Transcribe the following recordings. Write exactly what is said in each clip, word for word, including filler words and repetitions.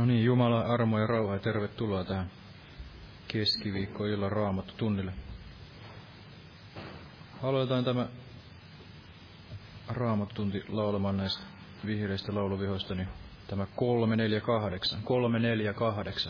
niin, Jumalan armo ja rauha ja tervetuloa tähän keskiviikkoillan Raamattu tunnille. Aloitetaan tämä Raamattunti laulamaan näistä vihreistä lauluvihoista, niin tämä kolme neljä kahdeksan, kolme neljä kahdeksan.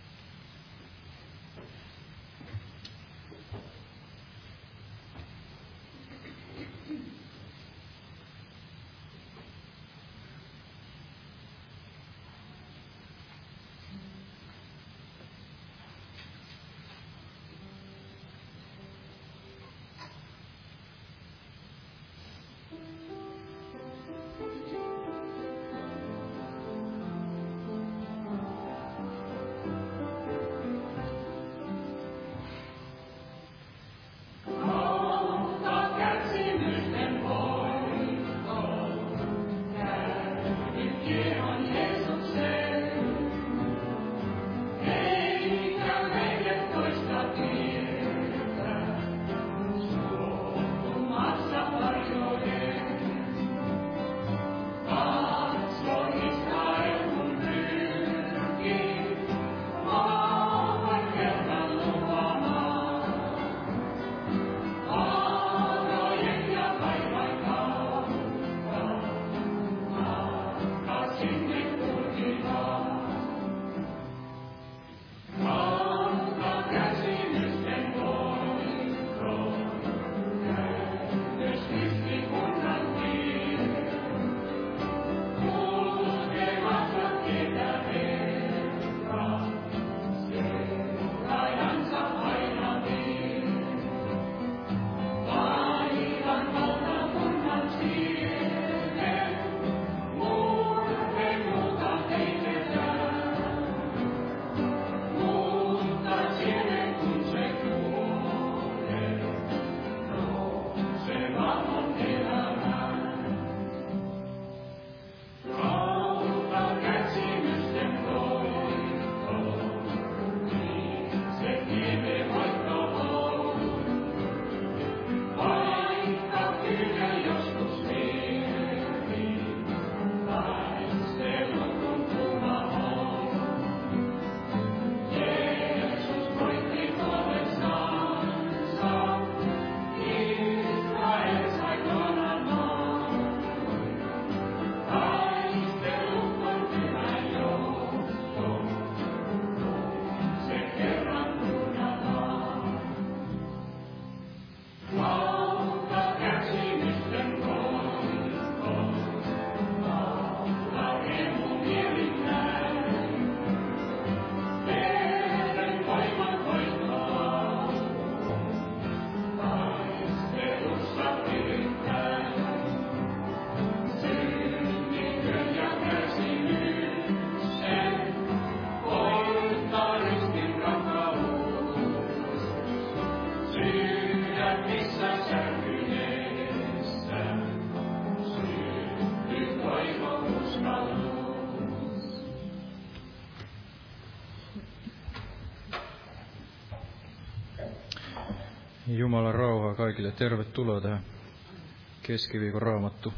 Jumalan rauhaa kaikille. Tervetuloa tähän keskiviikon Raamattu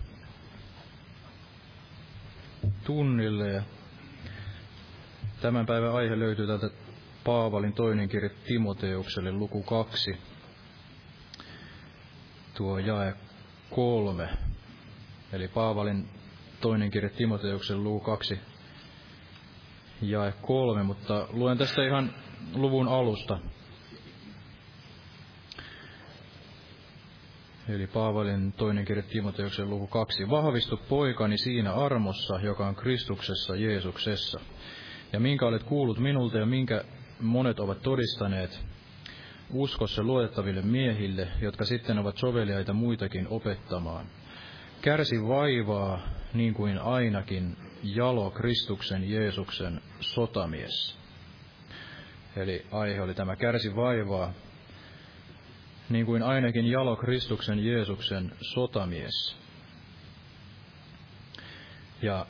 tunnille. Ja tämän päivän aihe löytyy täältä Paavalin toinen kirje Timoteukselle, luku kaksi, tuo jae kolme. Eli Paavalin toinen kirje Timoteukselle, luku kaksi, jae kolme, mutta luen tästä ihan luvun alusta. Eli Paavalin toinen kirje Timoteuksen luku kaksi. Vahvistu poikani siinä armossa, joka on Kristuksessa Jeesuksessa. Ja minkä olet kuullut minulta ja minkä monet ovat todistaneet uskossa luotettaville miehille, jotka sitten ovat soveliaita muitakin opettamaan. Kärsi vaivaa niin kuin ainakin jalo Kristuksen Jeesuksen sotamies. Eli aihe oli tämä kärsi vaivaa. Niin kuin ainakin jalo Kristuksen Jeesuksen sotamies. Ja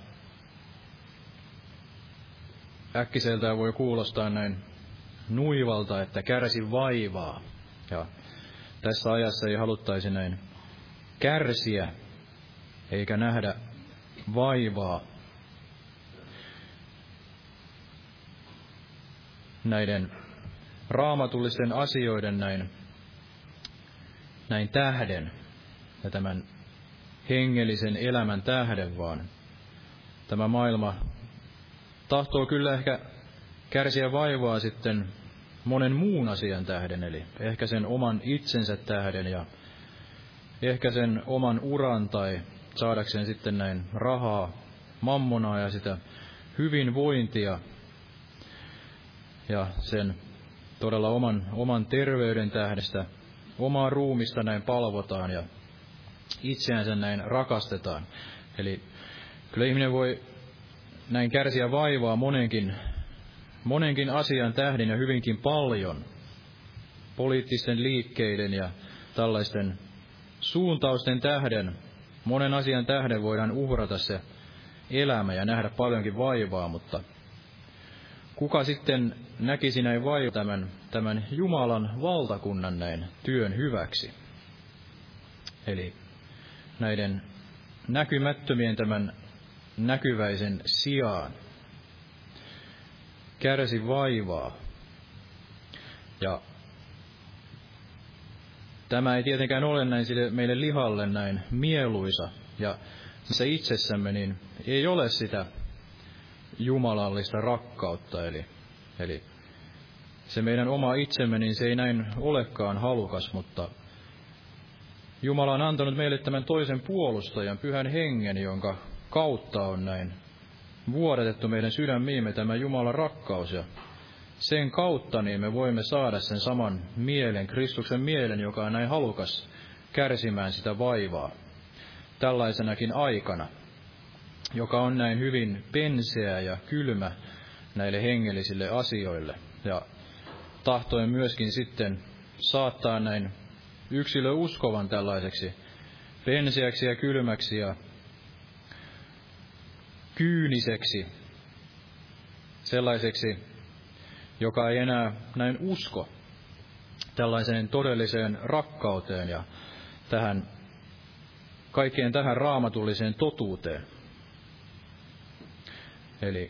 äkkiseltään voi kuulostaa näin nuivalta, että kärsi vaivaa. Ja tässä ajassa ei haluttaisi näin kärsiä, eikä nähdä vaivaa. näiden raamatullisten asioiden näin, näin tähden ja tämän hengellisen elämän tähden, vaan tämä maailma tahtoo kyllä ehkä kärsiä vaivaa sitten monen muun asian tähden, eli ehkä sen oman itsensä tähden ja ehkä sen oman uran tai saadakseen sitten näin rahaa, mammonaa ja sitä hyvinvointia ja sen todella oman, oman terveyden tähdestä, omaa ruumista näin palvotaan ja itseänsä näin rakastetaan. Eli kyllä ihminen voi näin kärsiä vaivaa monenkin, monenkin asian tähden ja hyvinkin paljon. Poliittisten liikkeiden ja tällaisten suuntausten tähden, monen asian tähden voidaan uhrata se elämä ja nähdä paljonkin vaivaa, mutta kuka sitten näkisi näin vaivaa tämän, tämän Jumalan valtakunnan näin työn hyväksi? Eli näiden näkymättömien tämän näkyväisen sijaan kärsi vaivaa. Ja tämä ei tietenkään ole näin sille meille lihalle näin mieluisa, ja missä itsessämme niin ei ole sitä jumalallista rakkautta, eli, eli se meidän oma itsemme, niin se ei näin olekaan halukas, mutta Jumala on antanut meille tämän toisen puolustajan, Pyhän Hengen, jonka kautta on näin vuodatettu meidän sydämiimme tämä Jumalan rakkaus, ja sen kautta niin me voimme saada sen saman mielen, Kristuksen mielen, joka on näin halukas kärsimään sitä vaivaa tällaisenakin aikana, joka on näin hyvin penseä ja kylmä näille hengellisille asioille, ja tahtoen myöskin sitten saattaa näin yksilö uskovan tällaiseksi penseäksi ja kylmäksi ja kyyniseksi, sellaiseksi, joka ei enää näin usko tällaiseen todelliseen rakkauteen ja tähän kaikkeen tähän raamatulliseen totuuteen. Eli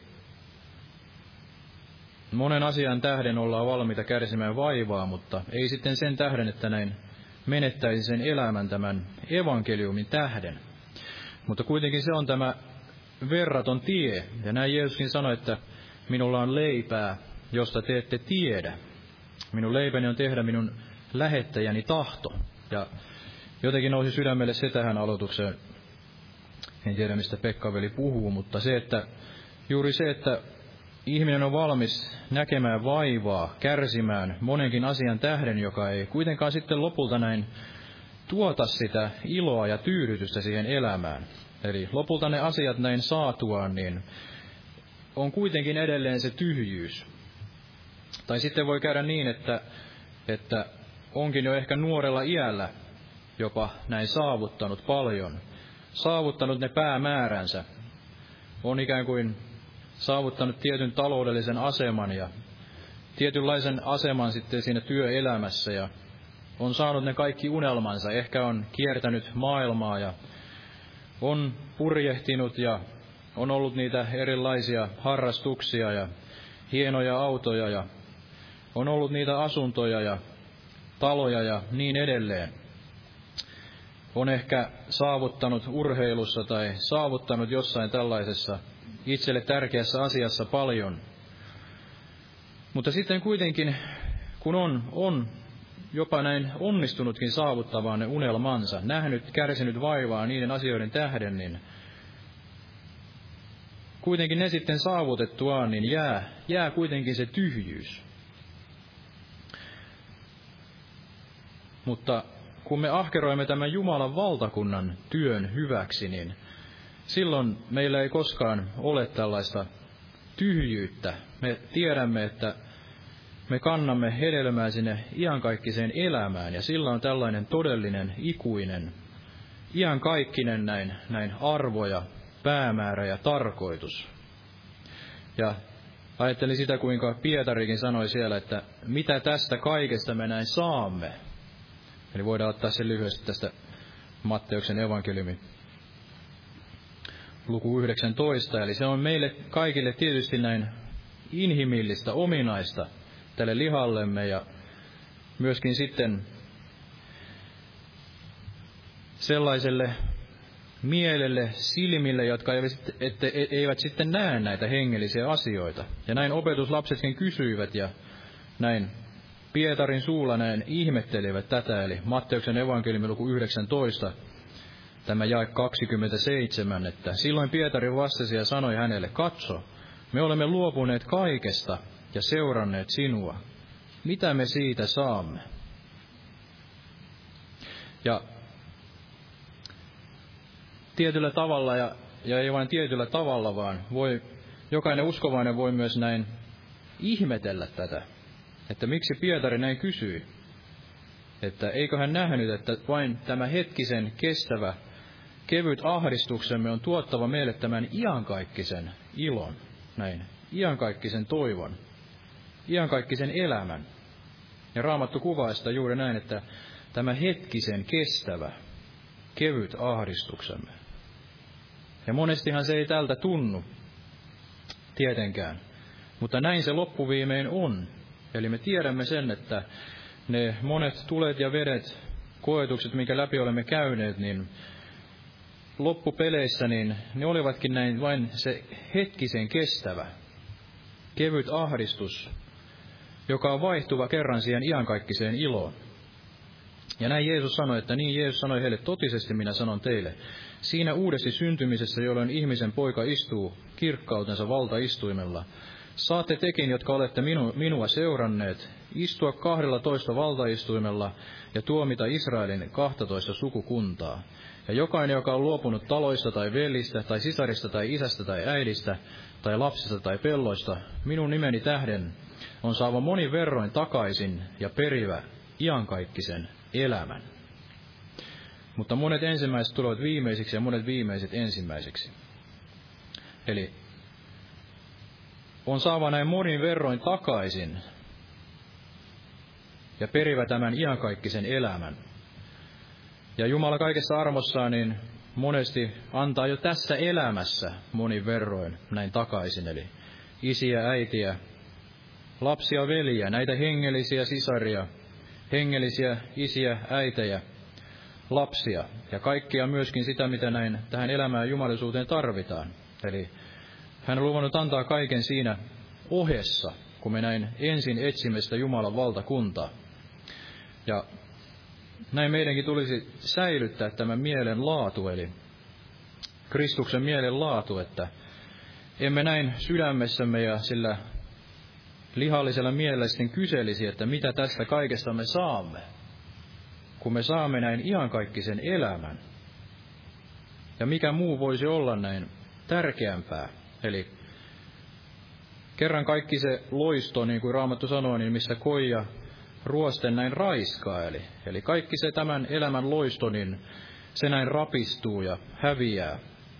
monen asian tähden ollaan valmiita kärsimään vaivaa, mutta ei sitten sen tähden, että näin menettäisi sen elämän tämän evankeliumin tähden. Mutta kuitenkin se on tämä verraton tie. Ja näin Jeesuskin sanoi, että minulla on leipää, josta te ette tiedä. Minun leipäni on tehdä minun lähettäjäni tahto. Ja jotenkin nousi sydämelle se tähän aloitukseen. En tiedä, mistä Pekka-veli puhuu, mutta se, että juuri se, että ihminen on valmis näkemään vaivaa, kärsimään monenkin asian tähden, joka ei kuitenkaan sitten lopulta näin tuota sitä iloa ja tyydytystä siihen elämään. Eli lopulta ne asiat näin saatuaan, niin on kuitenkin edelleen se tyhjyys. Tai sitten voi käydä niin, että, että onkin jo ehkä nuorella iällä jopa näin saavuttanut paljon, saavuttanut ne päämääränsä, on ikään kuin saavuttanut tietyn taloudellisen aseman ja tietynlaisen aseman sitten siinä työelämässä ja on saanut ne kaikki unelmansa, ehkä on kiertänyt maailmaa ja on purjehtinut ja on ollut niitä erilaisia harrastuksia ja hienoja autoja ja on ollut niitä asuntoja ja taloja ja niin edelleen. On ehkä saavuttanut urheilussa tai saavuttanut jossain tällaisessa itselle tärkeässä asiassa paljon. Mutta sitten kuitenkin, kun on, on jopa näin onnistunutkin saavuttamaan ne unelmansa, nähnyt, kärsinyt vaivaa niiden asioiden tähden, niin kuitenkin ne sitten saavutettuaan, niin jää, jää kuitenkin se tyhjyys. Mutta kun me ahkeroimme tämän Jumalan valtakunnan työn hyväksi, niin silloin meillä ei koskaan ole tällaista tyhjyyttä. Me tiedämme, että me kannamme hedelmää sinne iankaikkiseen elämään, ja sillä on tällainen todellinen, ikuinen, iankaikkinen näin, näin arvo ja päämäärä ja tarkoitus. Ja ajattelin sitä, kuinka Pietarikin sanoi siellä, että mitä tästä kaikesta me näin saamme. Eli voidaan ottaa se lyhyesti tästä Matteuksen evankeliumin luku yhdeksäntoista. Eli se on meille kaikille tietysti näin inhimillistä, ominaista, tälle lihallemme ja myöskin sitten sellaiselle mielelle, silmille, jotka eivät, ette, eivät sitten näe näitä hengellisiä asioita. Ja näin opetuslapsetkin kysyivät ja näin Pietarin suulla näin ihmettelivät tätä, eli Matteuksen evankeliumi luku yhdeksäntoista, tämä jae kaksikymmentäseitsemän, että silloin Pietari vastasi ja sanoi hänelle, katso, me olemme luopuneet kaikesta ja seuranneet sinua. Mitä me siitä saamme? Ja tietyllä tavalla, ja, ja ei vain tietyllä tavalla, vaan voi, jokainen uskovainen voi myös näin ihmetellä tätä, että miksi Pietari näin kysyi. Että eikö hän nähnyt, että vain tämä hetkisen kestävä, kevyt ahdistuksemme on tuottava meille tämän iankaikkisen ilon, näin, iankaikkisen toivon, iankaikkisen elämän. Ja Raamattu kuvaa sitä juuri näin, että tämä hetkisen kestävä, kevyt ahdistuksemme. Ja monestihan se ei tältä tunnu, tietenkään, mutta näin se loppuviimein on. Eli me tiedämme sen, että ne monet tulet ja vedet, koetukset, minkä läpi olemme käyneet, niin loppupeleissä niin ne olivatkin näin vain se hetkisen kestävä, kevyt ahdistus, joka on vaihtuva kerran siihen iankaikkiseen iloon. Ja näin Jeesus sanoi, että niin Jeesus sanoi heille, totisesti minä sanon teille, siinä uudesti syntymisessä, jolloin ihmisen poika istuu kirkkautensa valtaistuimella, saatte tekin, jotka olette minu, minua seuranneet, istua kahdella toista valtaistuimella ja tuomita Israelin kahtatoista sukukuntaa. Ja jokainen, joka on luopunut taloista tai veljistä tai sisarista tai isästä tai äidistä tai lapsista tai pelloista, minun nimeni tähden on saava monin verroin takaisin ja perivä iankaikkisen elämän. Mutta monet ensimmäiset tulevat viimeisiksi ja monet viimeiset ensimmäisiksi. Eli on saava näin monin verroin takaisin ja perivä tämän iankaikkisen elämän. Ja Jumala kaikessa armossaan niin monesti antaa jo tässä elämässä monin verroin näin takaisin. Eli isiä, äitiä, lapsia, veljiä, näitä hengellisiä sisaria, hengellisiä isiä, äitejä, lapsia ja kaikkia myöskin sitä, mitä näin tähän elämään jumalisuuteen tarvitaan. Eli hän on luvannut antaa kaiken siinä ohessa, kun me näin ensin etsimme sitä Jumalan valtakuntaa. Ja näin meidänkin tulisi säilyttää tämä mielen laatu, eli Kristuksen mielen laatu, että emme näin sydämessämme ja sillä lihallisella mielellä sitten kyselisi, että mitä tästä kaikesta me saamme, kun me saamme näin iankaikkisen elämän. Ja mikä muu voisi olla näin tärkeämpää. Eli kerran kaikki se loisto, niin kuin Raamattu sanoo, niin missä koija ruosten näin raiskaa. Eli, eli kaikki se tämän elämän loisto, niin se näin rapistuu ja häviää.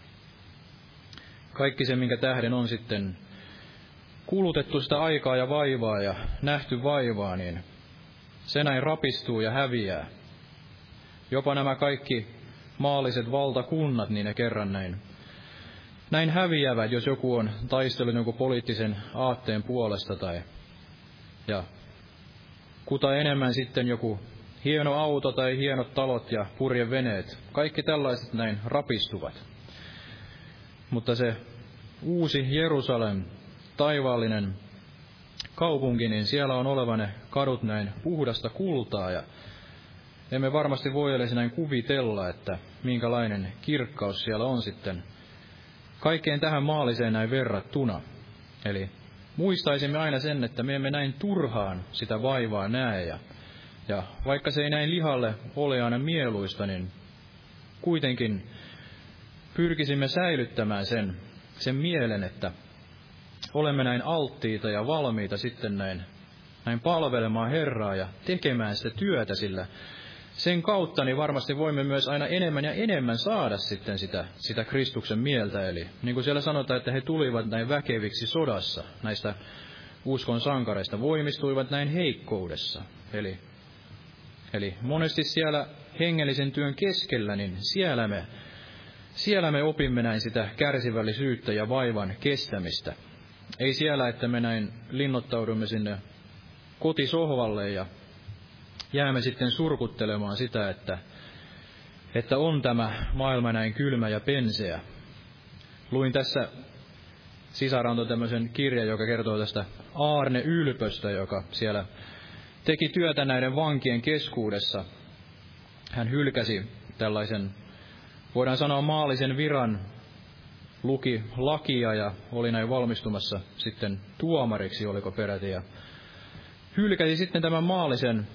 Kaikki se, minkä tähden on sitten kulutettu sitä aikaa ja vaivaa ja nähty vaivaa, niin se näin rapistuu ja häviää. Jopa nämä kaikki maalliset valtakunnat, niin ne kerran näin, näin häviävät, jos joku on taistellut jonkun poliittisen aatteen puolesta tai ja kuta enemmän sitten joku hieno auto tai hienot talot ja purjeveneet. Kaikki tällaiset näin rapistuvat. Mutta se uusi Jerusalem, taivaallinen kaupunki, niin siellä on oleva ne kadut näin puhdasta kultaa ja emme varmasti voi edes näin kuvitella, että minkälainen kirkkaus siellä on sitten kaikkeen tähän maalliseen näin verrattuna. Eli muistaisimme aina sen, että me emme näin turhaan sitä vaivaa näe ja, ja vaikka se ei näin lihalle ole aina mieluista, niin kuitenkin pyrkisimme säilyttämään sen, sen mielen, että olemme näin alttiita ja valmiita sitten näin, näin palvelemaan Herraa ja tekemään sitä työtä, sillä sen kautta niin varmasti voimme myös aina enemmän ja enemmän saada sitten sitä, sitä Kristuksen mieltä. Eli niin kuin siellä sanotaan, että he tulivat näin väkeviksi sodassa, näistä uskon sankareista, voimistuivat näin heikkoudessa. Eli, eli monesti siellä hengellisen työn keskellä, niin siellä me, siellä me opimme näin sitä kärsivällisyyttä ja vaivan kestämistä. Ei siellä, että me näin linnoittaudumme sinne kotisohvalle ja jäämme sitten surkuttelemaan sitä, että, että on tämä maailma näin kylmä ja penseä. Luin tässä sisarantoi tämmöisen kirjan, joka kertoo tästä Aarne Ylpöstä, joka siellä teki työtä näiden vankien keskuudessa. Hän hylkäsi tällaisen, voidaan sanoa maallisen viran, luki lakia ja oli näin valmistumassa sitten tuomariksi, oliko peräti, ja hylkäsi sitten tämän maallisen,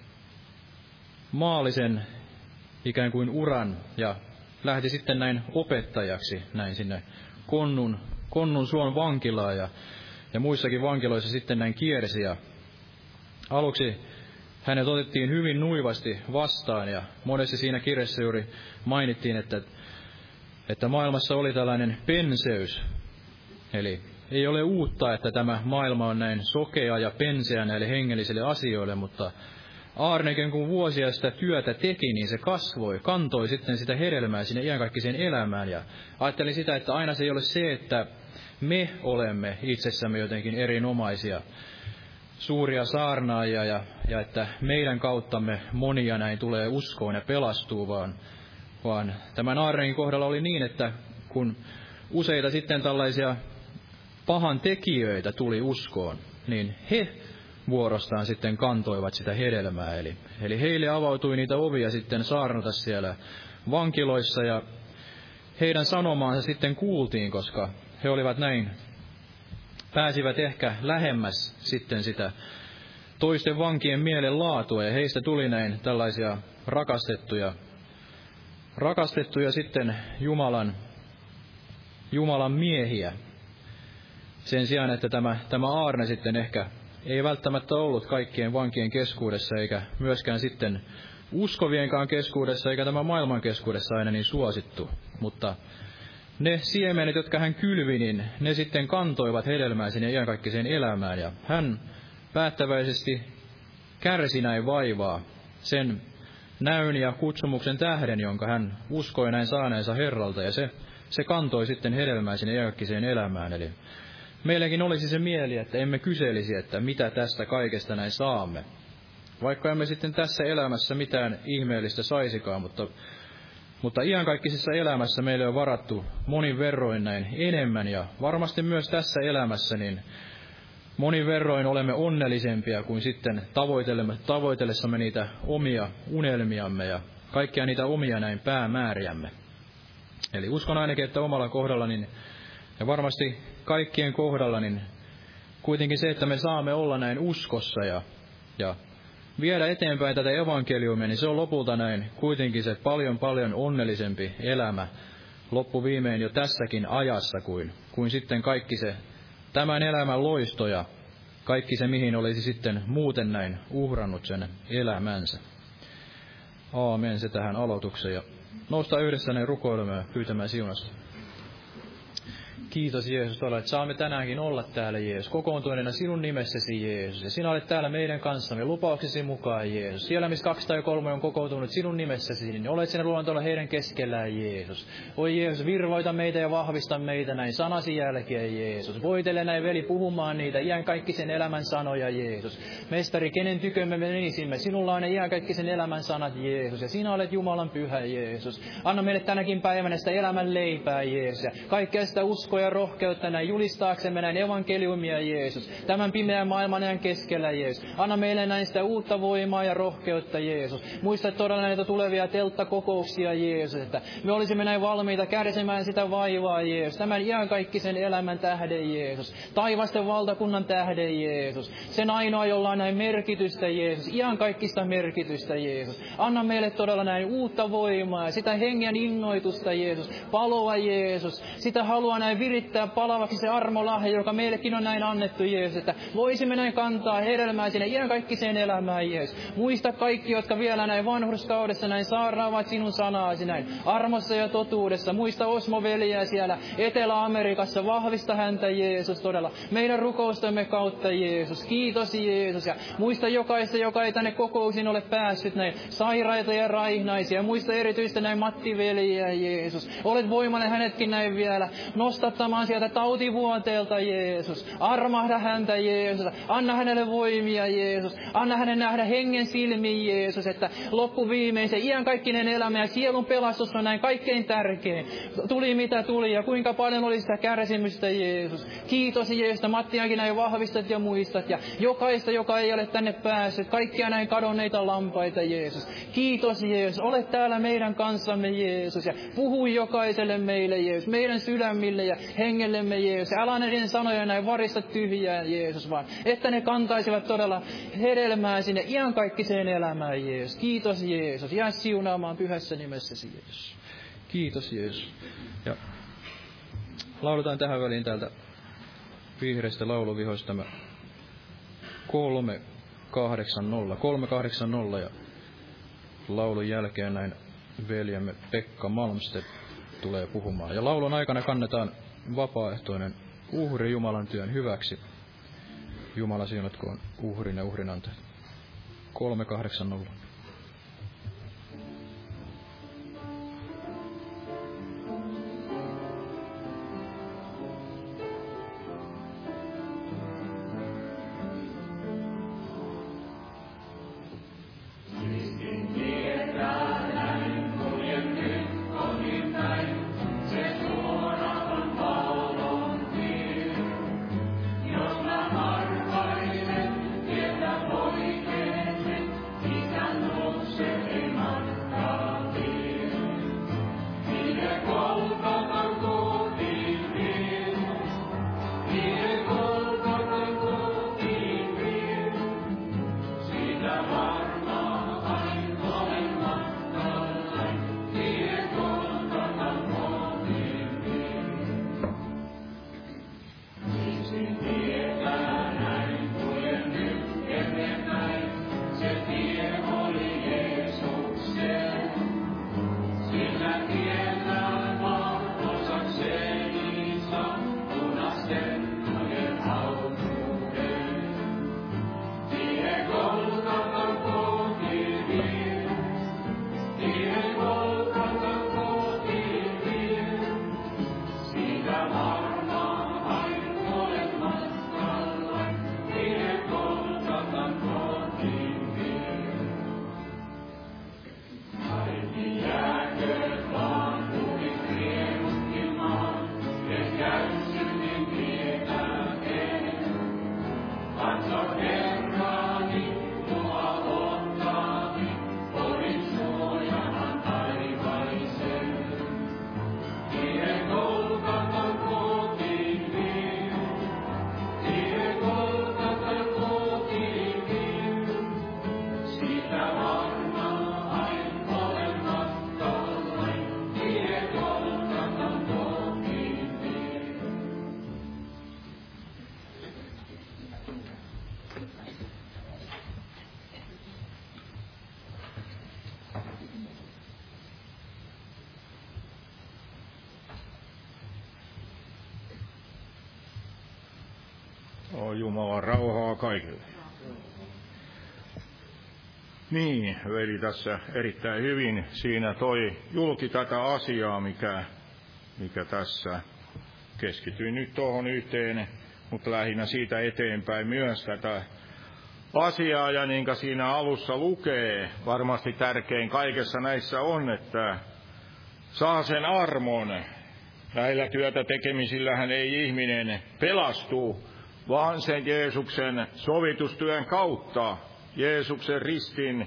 maallisen ikään kuin uran ja lähti sitten näin opettajaksi näin sinne Konnun, Konnun suon vankilaan ja, ja muissakin vankiloissa sitten näin kiersi. Ja aluksi hänet otettiin hyvin nuivasti vastaan ja monesti siinä kirjassa juuri mainittiin, että, että maailmassa oli tällainen penseys. Eli ei ole uutta, että tämä maailma on näin sokea ja penseä näille hengellisille asioille, mutta Aarneken kun vuosia sitä työtä teki, niin se kasvoi, kantoi sitten sitä hedelmää sinne iankaikkiseen elämään. Ja ajattelin sitä, että aina se ei ole se, että me olemme itsessämme jotenkin erinomaisia, suuria saarnaajia ja, ja että meidän kauttamme monia näin tulee uskoon ja pelastuu, vaan, vaan tämän Aarneken kohdalla oli niin, että kun useita sitten tällaisia pahan tekijöitä tuli uskoon, niin he vuorostaan sitten kantoivat sitä hedelmää. Eli, eli heille avautui niitä ovia sitten saarnata siellä vankiloissa ja heidän sanomaansa sitten kuultiin, koska he olivat näin, pääsivät ehkä lähemmäs sitten sitä toisten vankien mielenlaatua ja heistä tuli näin tällaisia rakastettuja, rakastettuja sitten Jumalan, Jumalan miehiä. Sen sijaan, että tämä, tämä Aarne sitten ehkä ei välttämättä ollut kaikkien vankien keskuudessa, eikä myöskään sitten uskovienkaan keskuudessa, eikä tämän maailman keskuudessa aina niin suosittu. Mutta ne siemenet, jotka hän kylvi, niin ne sitten kantoivat hedelmää sinne iankaikkiseen elämään. Ja hän päättäväisesti kärsi näin vaivaa sen näyn ja kutsumuksen tähden, jonka hän uskoi näin saaneensa Herralta. Ja se, se kantoi sitten hedelmää sinne iankaikkiseen elämään. Eli meilläkin olisi se mieli, että emme kyselisi, että mitä tästä kaikesta näin saamme. Vaikka emme sitten tässä elämässä mitään ihmeellistä saisikaan, mutta, mutta iankaikkisessa elämässä meille on varattu monin verroin näin enemmän. Ja varmasti myös tässä elämässä niin monin verroin olemme onnellisempia kuin sitten tavoitellessamme niitä omia unelmiamme ja kaikkia niitä omia näin päämääriämme. Eli uskon ainakin, että omalla kohdalla niin, ja varmasti kaikkien kohdalla, niin kuitenkin se, että me saamme olla näin uskossa ja, ja viedä eteenpäin tätä evankeliumia, niin se on lopulta näin kuitenkin se paljon paljon onnellisempi elämä loppuviimein jo tässäkin ajassa kuin, kuin sitten kaikki se tämän elämän loisto ja kaikki se, mihin olisi sitten muuten näin uhrannut sen elämänsä. Aamen, se tähän aloitukseen ja noustaan yhdessä näin rukoilemaan ja pyytämään siunasta. Kiitos Jeesus, että saamme tänäänkin olla täällä, Jeesus, kokoontuneena sinun nimessäsi, Jeesus. Ja sinä olet täällä meidän kanssamme lupauksesi mukaan, Jeesus. Siellä, missä kaksi tai kolme on kokoutunut sinun nimessäsi, niin olet sinä luonut olla heidän keskellään, Jeesus. Oi Jeesus, virvoita meitä ja vahvista meitä näin sanasi jälkeen, Jeesus. Voitele näin veli puhumaan niitä iänkaikkisen elämän sanoja, Jeesus. Mestari, kenen tykö me menisimme? Sinulla on ne iänkaikkisen elämän sanat, Jeesus. Ja sinä olet Jumalan pyhä, Jeesus. Anna meille tänäkin päivänä sitä elämän leipää, Jeesus. Ja kaikkea sitä uskoa ja rohkeutta näin julistaaksemme näin evankeliumia, Jeesus. Tämän pimeän maailman ajan keskellä, Jeesus. Anna meille näin sitä uutta voimaa ja rohkeutta, Jeesus. Muista todella näitä tulevia telttakokouksia, Jeesus, että me olisimme näin valmiita kärsimään sitä vaivaa, Jeesus. Tämän iankaikkisen elämän tähden, Jeesus. Taivasten valtakunnan tähden, Jeesus. Sen ainoa, jolla on näin merkitystä, Jeesus. Iankaikkista merkitystä, Jeesus. Anna meille todella näin uutta voimaa, sitä hengen innoitusta, Jeesus. Paloa, Jeesus. Sitä haluaa näin virittää palavaksi se armolahja, joka meillekin on näin annettu, Jeesus, että voisimme näin kantaa hedelmää sinne iankaikkiseen elämään, Jeesus. Muista kaikki, jotka vielä näin vanhurskaudessa näin saarnaavat sinun sanaasi näin armossa ja totuudessa. Muista Osmo-veliä siellä Etelä-Amerikassa, vahvista häntä, Jeesus, todella meidän rukoustemme kautta, Jeesus. Kiitos, Jeesus, ja muista jokaista, joka ei tänne kokousiin ole päässyt, näin sairaita ja raihnaisia. Muista erityisesti näin Matti-veliä, Jeesus. Olet voimainen hänetkin näin vielä. Nosta nostattamaan sieltä tautivuoteelta, Jeesus. Armahda häntä, Jeesus. Anna hänelle voimia, Jeesus. Anna hänen nähdä hengen silmiin, Jeesus, että loppuviimein se iankaikkinen elämä ja sielun pelastus on näin kaikkein tärkein. Tuli mitä tuli ja kuinka paljon oli sitä kärsimystä, Jeesus. Kiitos, Jeesus, että Mattiakin näin vahvistat ja muistat ja jokaista, joka ei ole tänne päässyt, kaikkia näin kadonneita lampaita, Jeesus. Kiitos, Jeesus. Ole täällä meidän kanssamme, Jeesus, ja puhu jokaiselle meille, Jeesus, meidän sydämille ja hengellemme, Jeesus. Älä näiden sanoja näin varista tyhjää, Jeesus, vaan että ne kantaisivat todella hedelmää sinne iankaikkiseen elämään, Jeesus. Kiitos, Jeesus. Jää siunaamaan pyhässä nimessäsi, Jeesus. Kiitos, Jeesus. Ja lauletaan tähän väliin täältä vihreistä lauluvihoista me kolme kahdeksan nolla. kolme kahdeksan nolla ja laulun jälkeen näin veljemme Pekka Malmstedt tulee puhumaan. Ja laulun aikana kannetaan vapaaehtoinen uhri Jumalan työn hyväksi. Jumala siunatkoon uhrin ja uhrinantajat. kolme kahdeksan nolla. O Jumalan rauhaa kaikille. Niin, veli tässä erittäin hyvin siinä toi julki tätä asiaa, mikä, mikä tässä keskityin nyt tuohon yhteen, mutta lähinnä siitä eteenpäin myös tätä asiaa, ja niin kuin siinä alussa lukee, varmasti tärkein kaikessa näissä on, että saa sen armon. Näillä työtä tekemisillähän ei ihminen pelastu, vaan sen Jeesuksen sovitustyön kautta, Jeesuksen ristin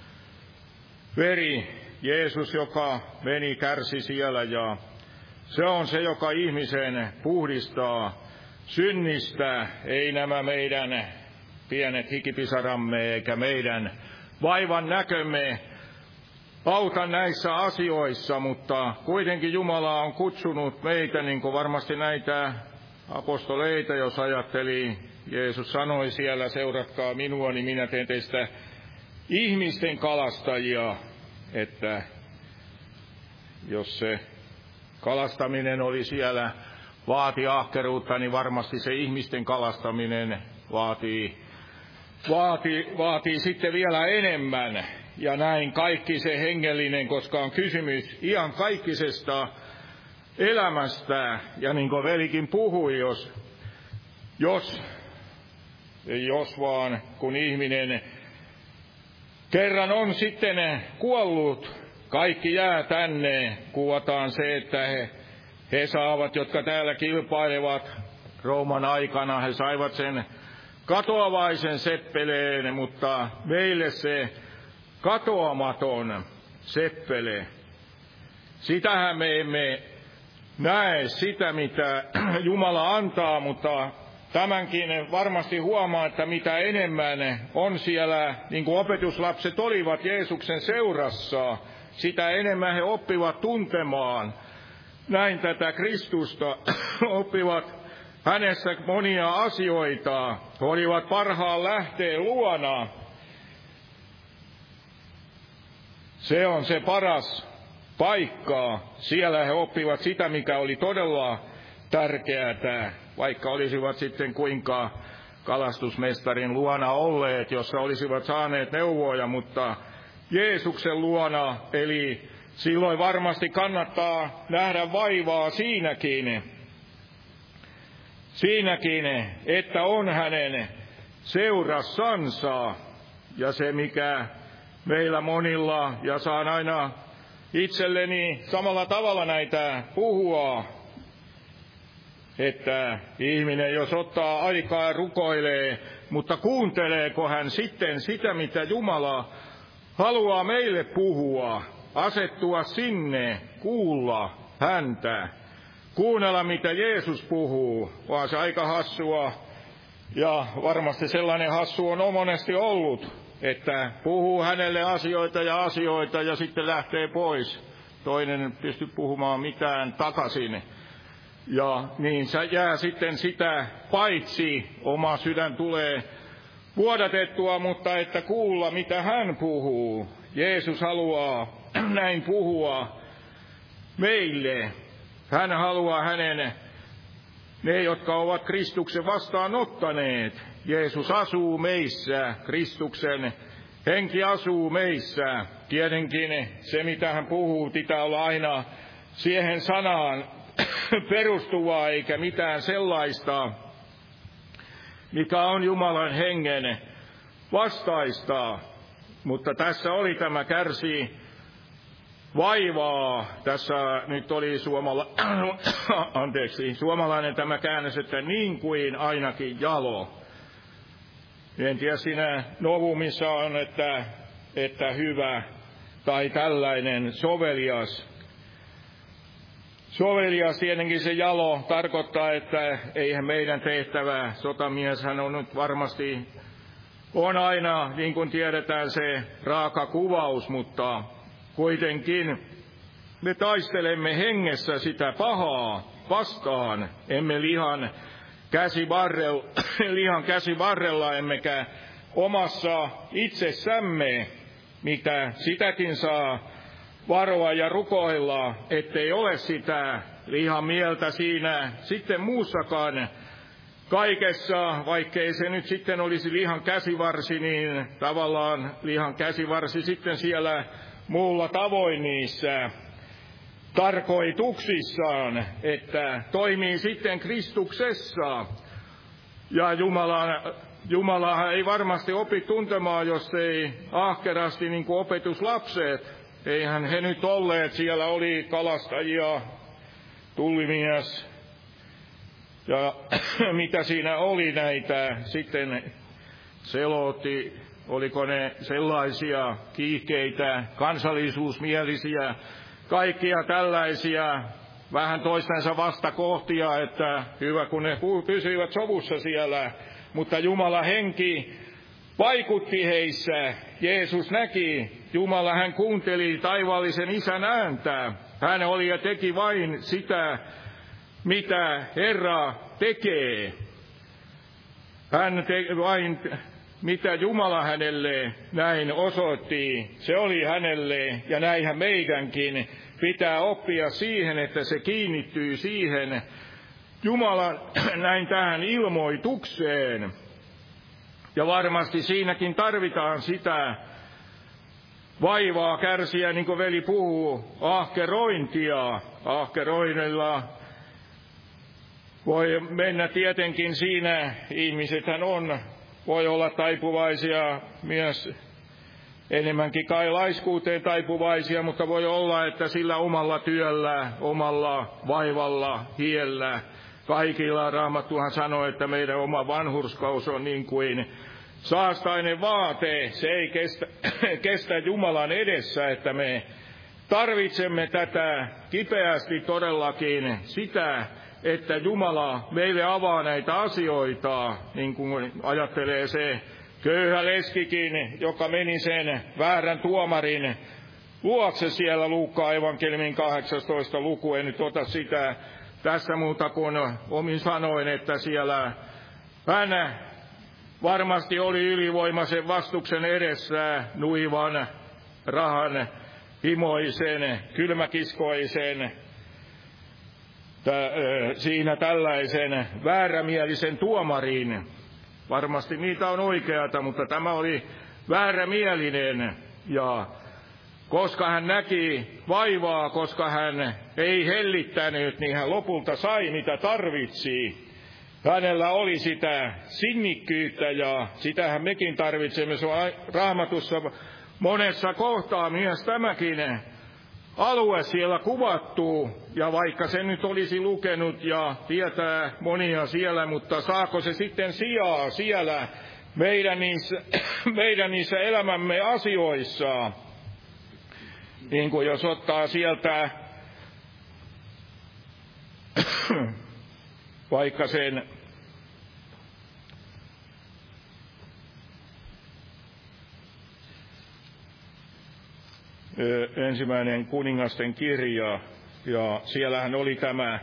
veri, Jeesus, joka meni, kärsi siellä, ja se on se, joka ihmisen puhdistaa synnistä, ei nämä meidän pienet hikipisaramme eikä meidän vaivan näkömme auta näissä asioissa, mutta kuitenkin Jumala on kutsunut meitä, niin kuin varmasti näitä apostoleita, jos ajatteli, Jeesus sanoi siellä, seuratkaa minua, niin minä teen teistä ihmisten kalastajia, että jos se kalastaminen oli siellä, vaati ahkeruutta, niin varmasti se ihmisten kalastaminen vaatii, vaatii, vaatii sitten vielä enemmän. Ja näin kaikki se hengellinen, koska on kysymys iankaikkisesta elämästä. Ja niin kuin velikin puhui, jos, jos, ei jos vaan, kun ihminen kerran on sitten kuollut, kaikki jää tänne. Kuvataan se, että he, he saavat, jotka täällä kilpailevat Rooman aikana, he saivat sen katoavaisen seppeleen, mutta meille se katoamaton seppele, sitähän me emme näe sitä, mitä Jumala antaa, mutta tämänkin varmasti huomaa, että mitä enemmän on siellä, niin kuin opetuslapset olivat Jeesuksen seurassa, sitä enemmän he oppivat tuntemaan näin tätä Kristusta, oppivat hänessä monia asioita, he olivat parhaan lähteen luona. Se on se paras paikka. Siellä he oppivat sitä, mikä oli todella tärkeää, vaikka olisivat sitten kuinka kalastusmestarin luona olleet, jossa olisivat saaneet neuvoja, mutta Jeesuksen luona, eli silloin varmasti kannattaa nähdä vaivaa siinäkin, siinäkin, että on hänen seurassansa. Ja se, mikä meillä monilla, ja saan aina itselleni samalla tavalla näitä puhua, että ihminen, jos ottaa aikaa ja rukoilee, mutta kuunteleeko hän sitten sitä, mitä Jumala haluaa meille puhua, asettua sinne, kuulla häntä, kuunnella, mitä Jeesus puhuu, vaan se aika hassua, ja varmasti sellainen hassu on monesti ollut, että puhuu hänelle asioita ja asioita ja sitten lähtee pois. Toinen ei pysty puhumaan mitään takaisin. Ja niin se jää sitten sitä paitsi, oma sydän tulee vuodatettua, mutta että kuulla, mitä hän puhuu. Jeesus haluaa näin puhua meille. Hän haluaa hänen, ne jotka ovat Kristuksen vastaanottaneet. Jeesus asuu meissä, Kristuksen henki asuu meissä. Tietenkin se, mitä hän puhuu, pitää olla aina siihen sanaan perustuvaa, eikä mitään sellaista, mikä on Jumalan hengen vastaista. Mutta tässä oli tämä kärsi vaivaa. Tässä nyt oli suomala... Anteeksi, suomalainen tämä käännös, että niin kuin ainakin jalo. En tiedä siinä novumissa on, että, että hyvä tai tällainen sovelias. Sovelias tietenkin se jalo tarkoittaa, että eihän meidän tehtävä, sotamieshän on nyt varmasti, on aina, niin kuin tiedetään, se raaka kuvaus, mutta kuitenkin me taistelemme hengessä sitä pahaa vastaan, emme lihan käsivarrella, lihan käsivarrella, emmekä omassa itsessämme, mitä sitäkin saa varoa ja rukoilla, ettei ole sitä lihan mieltä siinä sitten muussakaan kaikessa, vaikkei se nyt sitten olisi lihan käsivarsi, niin tavallaan lihan käsivarsi sitten siellä muulla tavoin niissä tarkoituksissaan, että toimii sitten Kristuksessa. Ja Jumala, Jumalahan ei varmasti opi tuntemaan, jos ei ahkerasti niin kuin opetuslapset. Eihän he nyt olleet, siellä oli kalastajia, tullimies ja mitä siinä oli näitä, sitten selotti, oliko ne sellaisia kiihkeitä, kansallisuusmielisiä, kaikkia tällaisia, vähän toistensa vastakohtia, että hyvä kun ne pysyivät sovussa siellä, mutta Jumala henki vaikutti heissä. Jeesus näki, Jumala hän kuunteli taivaallisen Isän ääntä. Hän oli ja teki vain sitä, mitä Herra tekee. Hän teki vain, mitä Jumala hänelle näin osoitti. Se oli hänelle ja näinhän meidänkin pitää oppia siihen, että se kiinnittyy siihen Jumalan näin tähän ilmoitukseen. Ja varmasti siinäkin tarvitaan sitä vaivaa kärsiä, niin kuin veli puhuu, ahkerointia. Ahkeroinnilla voi mennä tietenkin siinä, ihmisethän on, voi olla taipuvaisia myös enemmänkin kai laiskuuteen taipuvaisia, mutta voi olla, että sillä omalla työllä, omalla vaivalla, hiellä, kaikilla Raamattuhan sanoo, että meidän oma vanhurskaus on niin kuin saastainen vaate, se ei kestä, kestä Jumalan edessä, että me tarvitsemme tätä kipeästi todellakin sitä, että Jumala meille avaa näitä asioita, niin kuin ajattelee se köyhä leskikin, joka meni sen väärän tuomarin luokse siellä Luukkaan evankeliumin kahdeksastoista luku. En nyt ota sitä tässä muuta kuin omin sanoin, että siellä hän varmasti oli ylivoimaisen vastuksen edessä nuivan, rahan himoisen, kylmäkiskoisen, siinä tällaisen väärämielisen tuomarin. Varmasti niitä on oikeata, mutta tämä oli väärämielinen. Ja koska hän näki vaivaa, koska hän ei hellittänyt, niin hän lopulta sai mitä tarvitsi. Hänellä oli sitä sinnikkyyttä ja sitähän mekin tarvitsemme. Se on Raamatussa monessa kohtaa myös tämäkin alue siellä kuvattu, ja vaikka se nyt olisi lukenut ja tietää monia siellä, mutta saako se sitten sijaa siellä meidän niissä, meidän niissä elämämme asioissa? Niin kuin jos ottaa sieltä vaikka sen ensimmäinen kuningasten kirja, ja siellähän oli tämä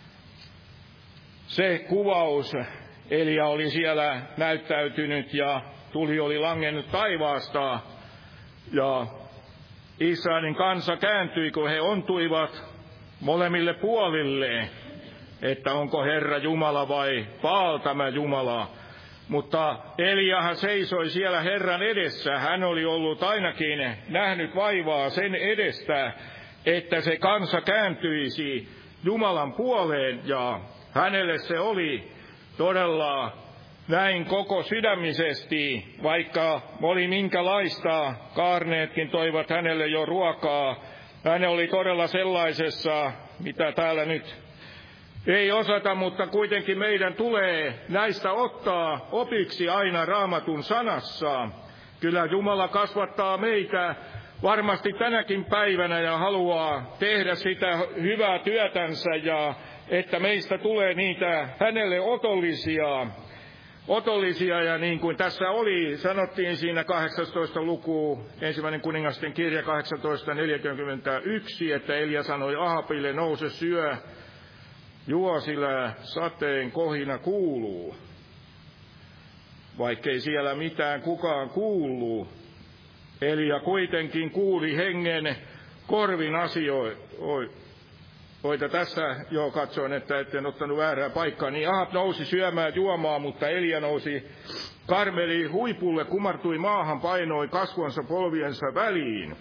se kuvaus, Elia oli siellä näyttäytynyt ja tuli oli langennut taivaasta, ja Israelin kansa kääntyi, kun he ontuivat molemmille puolille, että onko Herra Jumala vai Baal tämä Jumala. Mutta Eliahan seisoi siellä Herran edessä. Hän oli ollut ainakin nähnyt vaivaa sen edestä, että se kansa kääntyisi Jumalan puoleen, ja hänelle se oli todella näin koko sydämisesti, vaikka oli minkälaista, kaarneetkin toivat hänelle jo ruokaa. Hän oli todella sellaisessa, mitä täällä nyt ei osata, mutta kuitenkin meidän tulee näistä ottaa opiksi aina Raamatun sanassa. Kyllä Jumala kasvattaa meitä varmasti tänäkin päivänä ja haluaa tehdä sitä hyvää työtänsä, ja että meistä tulee niitä hänelle otollisia. Otollisia, ja niin kuin tässä oli, sanottiin siinä kahdeksastoista luku, ensimmäinen kuningasten kirja kahdeksantoista neljäkymmentäyksi, että Elia sanoi Ahabille, nouse syö, juo, sillä sateen kohina kuuluu. Vaikkei siellä mitään kukaan kuuluu, Elia kuitenkin kuuli hengen korvin asioita. Tässä jo katsoin, että etten ottanut väärää paikkaa. Niin Ahab nousi syömään juomaan, mutta Elia nousi Karmelin huipulle, kumartui maahan, painoi kasvonsa polviensa väliin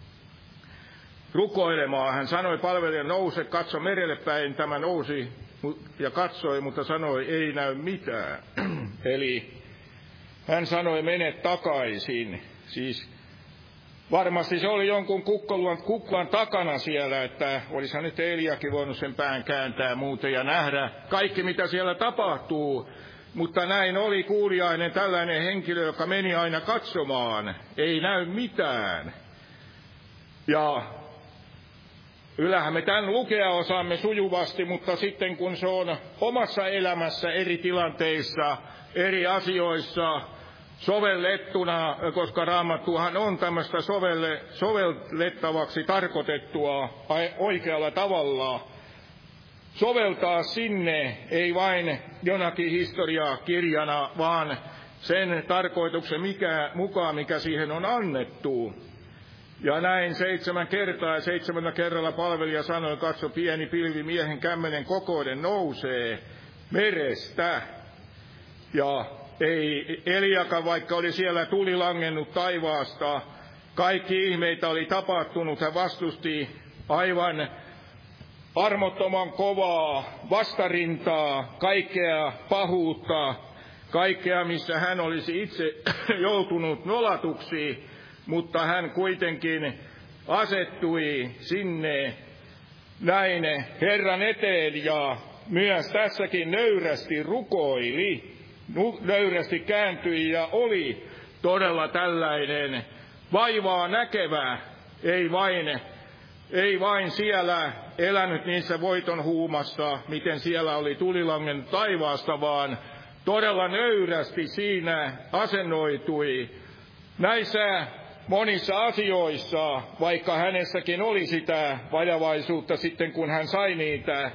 rukoilemaan. Hän sanoi palvelijan, nouse, katso merelle päin. Tämä nousi ja katsoi, mutta sanoi, ei näy mitään. Eli hän sanoi, mene takaisin. Siis varmasti se oli jonkun kukkulan, kukkulan takana siellä, että olisihan nyt Eliakin voinut sen pään kääntää muuten ja nähdä kaikki, mitä siellä tapahtuu. Mutta näin oli kuuliainen tällainen henkilö, joka meni aina katsomaan. Ei näy mitään. Ja yllähän me tämän lukea osaamme sujuvasti, mutta sitten kun se on omassa elämässä eri tilanteissa, eri asioissa sovellettuna, koska Raamattuhan on tämmöistä sovelle, sovellettavaksi tarkoitettua oikealla tavalla, soveltaa sinne, ei vain jonakin historiaa kirjana, vaan sen tarkoituksen mikä, mukaan, mikä siihen on annettu. Ja näin seitsemän kertaa, ja seitsemännellä kerralla palvelija sanoi, katso, pieni pilvi miehen kämmenen kokoinen nousee merestä. Ja ei Eliakaan, vaikka oli siellä tuli langennut taivaasta, Kaikki ihmeitä oli tapahtunut. Hän vastusti aivan armottoman kovaa vastarintaa, kaikkea pahuutta, kaikkea, missä hän olisi itse joutunut nolatuksi, mutta hän kuitenkin asettui sinne näin Herran eteen ja myös tässäkin nöyrästi rukoili, nöyrästi kääntyi ja oli todella tällainen vaivaa näkevä, ei vain, ei vain siellä elänyt niissä voiton huumassa, miten siellä oli tulilangen taivaasta, vaan todella nöyrästi siinä asennoitui näissä monissa asioissa, vaikka hänessäkin oli sitä vajavaisuutta sitten, kun hän sai niitä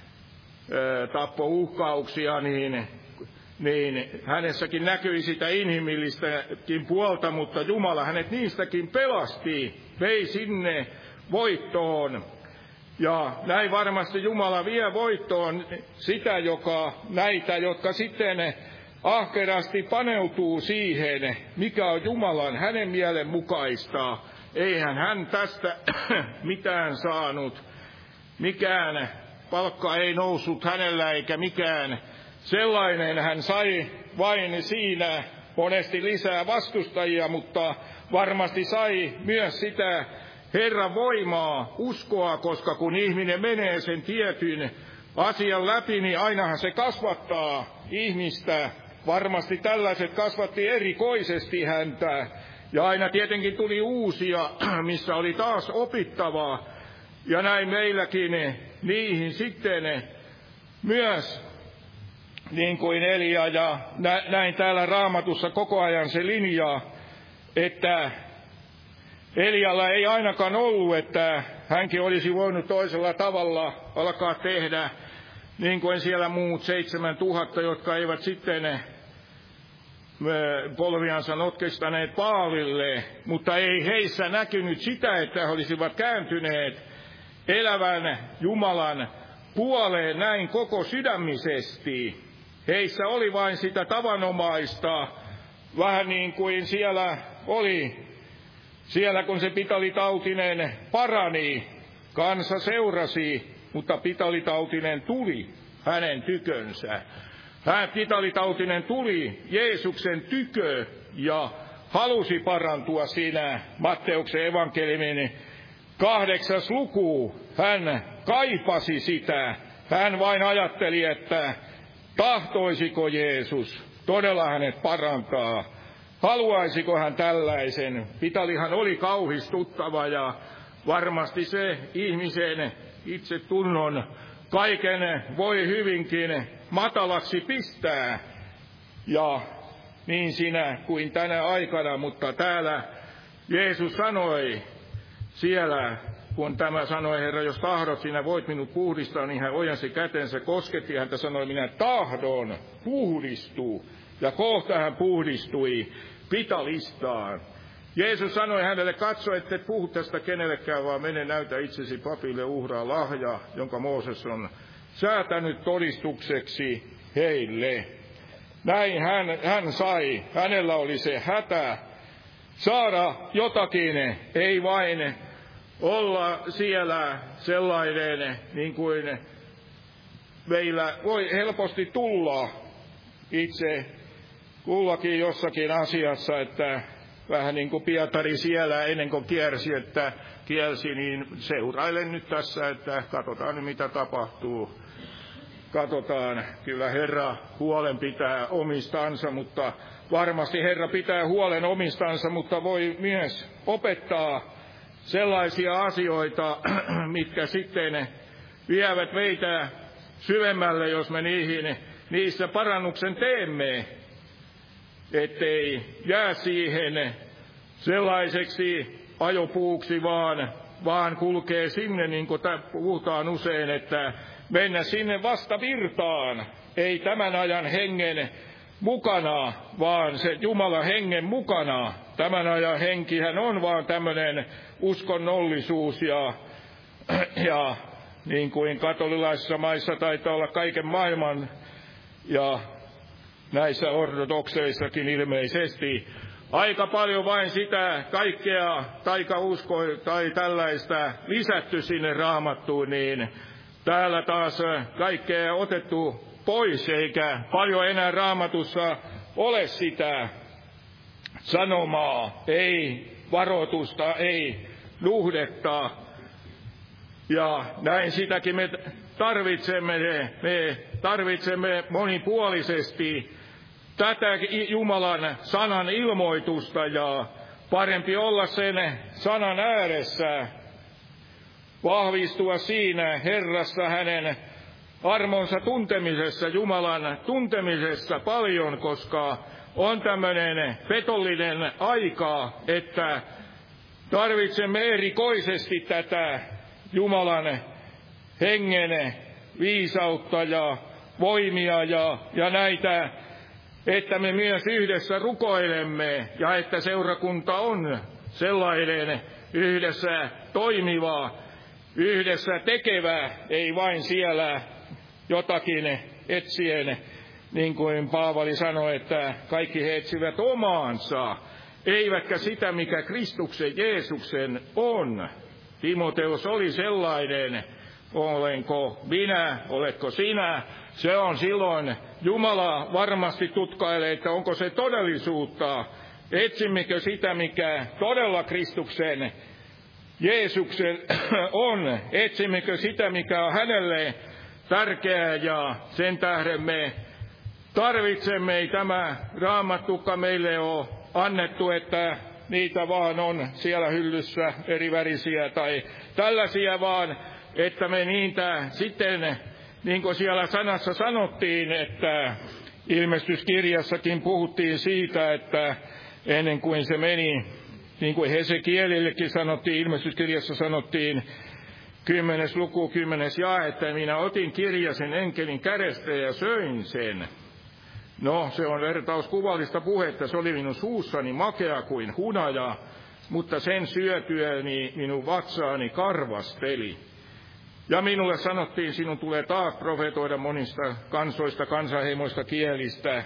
ö, tappouhkauksia, niin, niin hänessäkin näkyi sitä inhimillistäkin puolta, mutta Jumala hänet niistäkin pelasti, vei sinne voittoon. Ja näin varmasti Jumala vie voittoon sitä, joka, näitä, jotka sitten ahkerasti paneutuu siihen, mikä on Jumalan hänen mielen mukaista. Eihän hän tästä mitään saanut, mikään palkka ei noussut hänellä eikä mikään sellainen. Hän sai vain siinä monesti lisää vastustajia, mutta varmasti sai myös sitä Herran voimaa, uskoa, koska kun ihminen menee sen tietyn asian läpi, niin ainahan se kasvattaa ihmistä. Varmasti tällaiset kasvatti erikoisesti häntä. Ja aina tietenkin tuli uusia, missä oli taas opittavaa. Ja näin meilläkin niihin sitten myös, niin kuin Elia, ja näin täällä Raamatussa koko ajan se linja, että Elialla ei ainakaan ollut, että hänkin olisi voinut toisella tavalla alkaa tehdä, niin kuin siellä muut seitsemän tuhatta, jotka eivät sitten polviansa notkistaneet Paalille, mutta ei heissä näkynyt sitä, että he olisivat kääntyneet elävän Jumalan puoleen näin koko sydämisesti. Heissä oli vain sitä tavanomaista, vähän niin kuin siellä oli, siellä kun se pitalitautinen parani, kansa seurasi, mutta pitalitautinen tuli hänen tykönsä. Hän pitalitautinen tuli Jeesuksen tykö ja halusi parantua siinä Matteuksen evankeliumin kahdeksas luku. Hän kaipasi sitä. Hän vain ajatteli, että tahtoisiko Jeesus todella hänet parantaa. Haluaisiko hän tällaisen? Pitalihan oli kauhistuttava ja varmasti se ihmisen itse tunnon kaiken voi hyvinkin matalaksi pistää. Ja niin sinä kuin tänä aikana, mutta täällä Jeesus sanoi siellä, kun tämä sanoi, Herra, jos tahdot, sinä voit minut puhdistaa, niin hän ojensi kätensä, kosketti häntä, sanoi, minä tahdon, puhdistuu. Ja kohta hän puhdistui pitalistaan. Jeesus sanoi hänelle, katso, ette puhu tästä kenellekään, vaan mene näytä itsesi papille, uhraa lahja, jonka Mooses on säätänyt todistukseksi heille. Näin hän, hän sai, hänellä oli se hätä saada jotakin, ei vain olla siellä sellainen, niin kuin meillä voi helposti tulla itse kullakin jossakin asiassa, että vähän niin kuin Pietari siellä ennen kuin kiersi, että kielsi, niin seurailen nyt tässä, että katsotaan nyt mitä tapahtuu. Katsotaan, kyllä Herra huolen pitää omistansa, mutta varmasti Herra pitää huolen omistansa, mutta voi myös opettaa sellaisia asioita, mitkä sitten vievät meitä syvemmälle, jos me niihin, niissä parannuksen teemme, ettei jää siihen sellaiseksi ajopuuksi, vaan, vaan kulkee sinne, niin kuin puhutaan usein, että mennä sinne vastavirtaan, ei tämän ajan hengen mukana, vaan se Jumalan hengen mukana. Tämän ajan henkihän on vaan tämmöinen uskonnollisuus ja, ja niin kuin katolilaisissa maissa taitaa olla kaiken maailman ja näissä ortodokseissakin ilmeisesti aika paljon vain sitä kaikkea taikauskoa tai tällaista lisätty sinne Raamattuun, niin täällä taas kaikkea otettu pois, eikä paljon enää Raamatussa ole sitä sanomaa, ei varoitusta, ei nuhdetta. Ja näin sitäkin me tarvitsemme, me tarvitsemme monipuolisesti tätä Jumalan sanan ilmoitusta, ja parempi olla sen sanan ääressä, vahvistua siinä Herrassa, hänen armonsa tuntemisessa, Jumalan tuntemisessa paljon, koska on tämmöinen petollinen aika, että tarvitsemme erikoisesti tätä Jumalan hengen viisautta ja voimia ja, ja näitä, että me myös yhdessä rukoilemme ja että seurakunta on sellainen yhdessä toimiva, yhdessä tekevä, ei vain siellä jotakin etsien, niin kuin Paavali sanoi, että kaikki he etsivät omaansa, eivätkä sitä, mikä Kristuksen Jeesuksen on. Timoteus oli sellainen, olenko minä, oletko sinä. Se on silloin, Jumala varmasti tutkailee, että onko se todellisuutta. Etsimmekö sitä, mikä todella Kristuksen Jeesuksen on. Etsimmekö sitä, mikä on hänelle tärkeää, ja sen tähden me tarvitsemme, ei tämä Raamattukka meille ole annettu, että niitä vaan on siellä hyllyssä eri värisiä tai tällaisia, vaan että me niitä sitten, niin kuin siellä sanassa sanottiin, että ilmestyskirjassakin puhuttiin siitä, että ennen kuin se meni, niin kuin Hesekielillekin sanottiin, ilmestyskirjassa sanottiin, kymmenes luku, kymmenes jae, että minä otin kirjasen enkelin kädestä ja söin sen. No, se on vertauskuvallista puhetta, se oli minun suussani makea kuin hunaja, mutta sen syötyäni minun vatsaani karvasteli. Ja minulle sanottiin, sinun tulee taas profetoida monista kansoista, kansanheimoista, kielistä,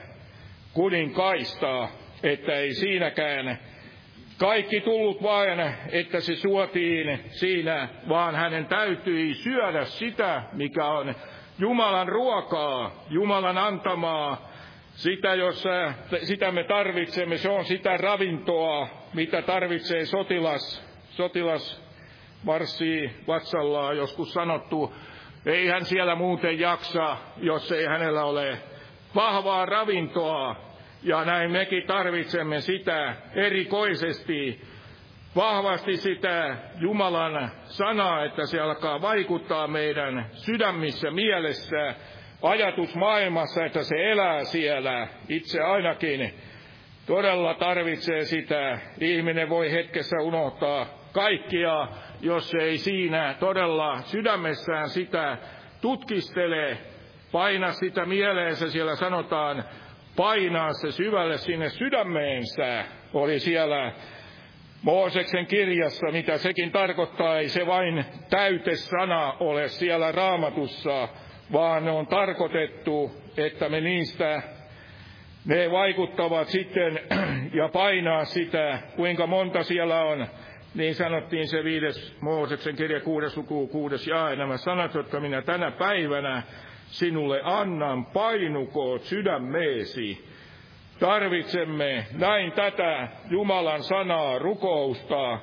kuninkaista, että ei siinäkään kaikki tullut vain, että se suotiin siinä, vaan hänen täytyi syödä sitä, mikä on Jumalan ruokaa, Jumalan antamaa, sitä, jos sitä me tarvitsemme, se on sitä ravintoa, mitä tarvitsee sotilas, sotilas marssii vatsallaan, joskus sanottu, ei hän siellä muuten jaksa, jos ei hänellä ole vahvaa ravintoa. Ja näin mekin tarvitsemme sitä erikoisesti, vahvasti sitä Jumalan sanaa, että se alkaa vaikuttaa meidän sydämissä, mielessä, ajatusmaailmassa, että se elää siellä. Itse ainakin todella tarvitsee sitä. Ihminen voi hetkessä unohtaa kaikkia, jos ei siinä todella sydämessään sitä tutkistele, paina sitä mieleensä. Siellä sanotaan, painaa se syvälle sinne sydämeensä, oli siellä Mooseksen kirjassa, mitä sekin tarkoittaa, ei se vain täytesana ole siellä Raamatussa, vaan ne on tarkoitettu, että me niistä, ne vaikuttavat sitten ja painaa sitä, kuinka monta siellä on. Niin sanottiin se viides Mooseksen kirja, kuudes luku, kuudes jae, nämä sanat, jotka minä tänä päivänä sinulle annan, painukoot sydämeesi. Tarvitsemme näin tätä Jumalan sanaa, rukousta.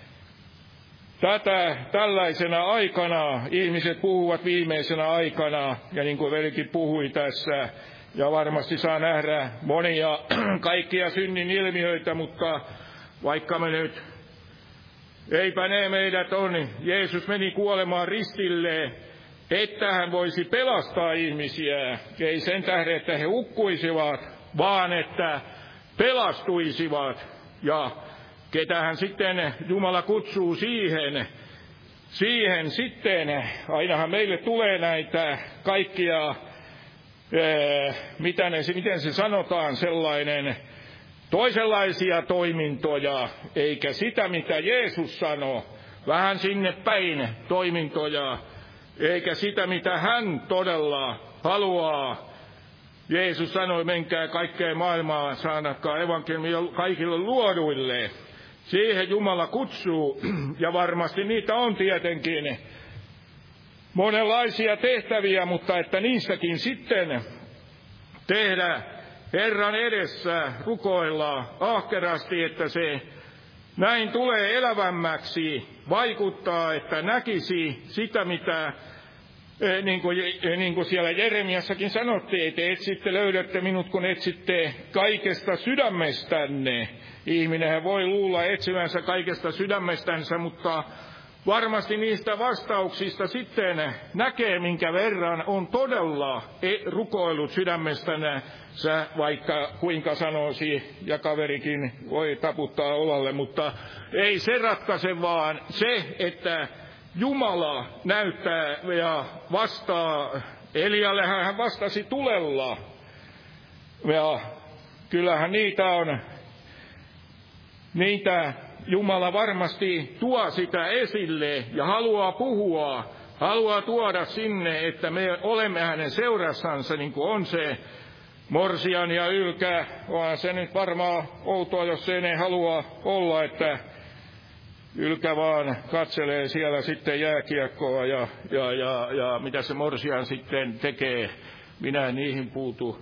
Tätä tällaisena aikana, ihmiset puhuvat viimeisenä aikana, ja niin kuin velikin puhui tässä, ja varmasti saa nähdä monia kaikkia synnin ilmiöitä, mutta vaikka me nyt, eipä ne meidät on, Jeesus meni kuolemaan ristille, että hän voisi pelastaa ihmisiä, ei sen tähden, että he ukkuisivat, vaan että pelastuisivat. Ja ketähän sitten Jumala kutsuu siihen, siihen sitten, ainahan meille tulee näitä kaikkia, ää, mitä ne, miten se sanotaan, sellainen toisenlaisia toimintoja, eikä sitä, mitä Jeesus sanoi, vähän sinne päin toimintoja, eikä sitä, mitä hän todella haluaa Jeesus sanoi, menkää kaikkeen maailmaan, saanatkaa evankeliumia kaikille luoduille. Siihen Jumala kutsuu, ja varmasti niitä on tietenkin monenlaisia tehtäviä, mutta että niissäkin sitten tehdä Herran edessä, rukoilla ahkerasti, että se näin tulee elävämmäksi, vaikuttaa, että näkisi sitä, mitä niin kuin, niin kuin siellä Jeremiassakin sanottiin, että etsitte, löydätte minut, kun etsitte kaikesta sydämestänne. Ihminenhän voi luulla etsivänsä kaikesta sydämestänsä, mutta varmasti niistä vastauksista sitten näkee, minkä verran on todella rukoillut sydämestänä, vaikka kuinka sanoisi, ja kaverikin voi taputtaa olalle, mutta ei se ratkaise, vaan se, että Jumala näyttää ja vastaa. Elialle hän vastasi tulella. Ja kyllähän niitä on, niitä Jumala varmasti tuo sitä esille ja haluaa puhua, haluaa tuoda sinne, että me olemme hänen seurassansa, niin kuin on se morsian ja ylkä. Vaan se nyt varmaan outoa, jos se ei halua olla, että ylkä vaan katselee siellä sitten jääkiekkoa ja, ja, ja, ja mitä se morsian sitten tekee. Minä en niihin puutu,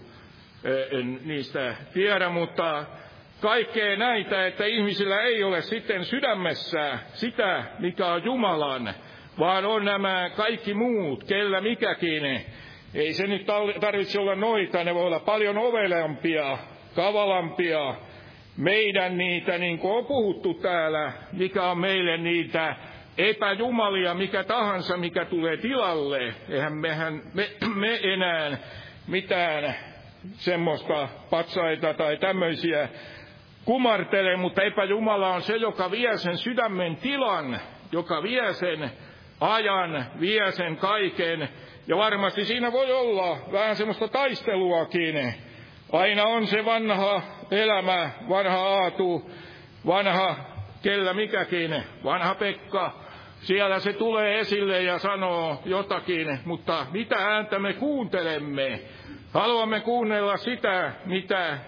en niistä tiedä, mutta kaikkea näitä, että ihmisillä ei ole sitten sydämessä sitä, mikä on Jumalan, vaan on nämä kaikki muut, kellä mikäkin. Ei se nyt tarvitse olla noita, ne voi olla paljon ovelampia, kavalampia. Meidän niitä, niin kuin on puhuttu täällä, mikä on meille niitä epäjumalia, mikä tahansa, mikä tulee tilalle. Eihän mehän, me, me enää mitään semmoista patsaita tai tämmöisiä kumartele, mutta epäjumala on se, joka vie sen sydämen tilan, joka vie sen ajan, vie sen kaiken. Ja varmasti siinä voi olla vähän semmoista taisteluakin. Aina on se vanha elämä, vanha Aatu, vanha kellä mikäkin, vanha Pekka. Siellä se tulee esille ja sanoo jotakin, mutta mitä ääntä me kuuntelemme? Haluamme kuunnella sitä, mitä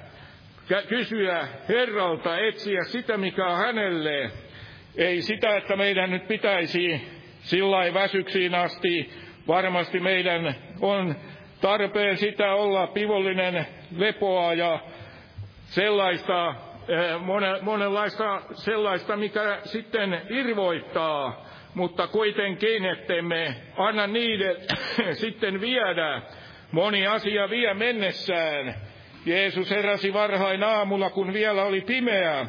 kysyä Herralta, etsiä sitä, mikä on hänelle. Ei sitä, että meidän nyt pitäisi sillain väsyksiin asti. Varmasti meidän on tarpeen sitä olla pivollinen lepoa ja sellaista, monenlaista sellaista, mikä sitten irvoittaa, mutta kuitenkin, ettemme anna niiden sitten viedä. Moni asia vie mennessään. Jeesus heräsi varhain aamulla, kun vielä oli pimeää.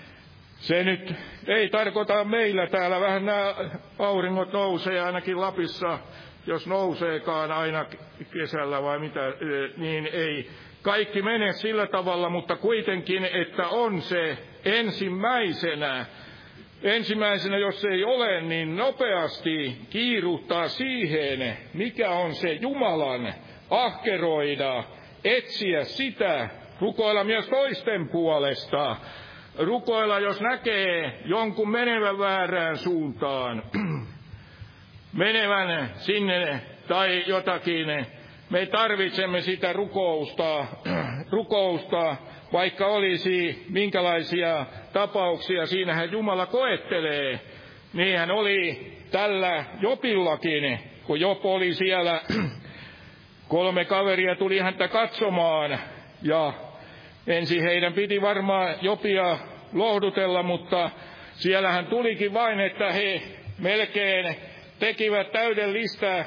Se nyt ei tarkoita meillä täällä, vähän nämä auringot nousee ainakin Lapissa, jos nouseekaan aina kesällä vai mitä, niin ei kaikki mene sillä tavalla, mutta kuitenkin, että on se ensimmäisenä. Ensimmäisenä, jos ei ole, niin nopeasti kiiruuttaa siihen, mikä on se Jumalan, ahkeroida, etsiä sitä, rukoilla myös toisten puolesta. Rukoilla, jos näkee jonkun menevän väärään suuntaan, menevän sinne tai jotakin. Me tarvitsemme sitä rukousta, rukousta, vaikka olisi minkälaisia tapauksia, siinähän Jumala koettelee. Niinhän oli tällä Jopillakin, kun Job oli siellä, kolme kaveria tuli häntä katsomaan, ja ensin heidän piti varmaan Jopia lohdutella, mutta siellähän tulikin vain, että he melkein tekivät täydellistä,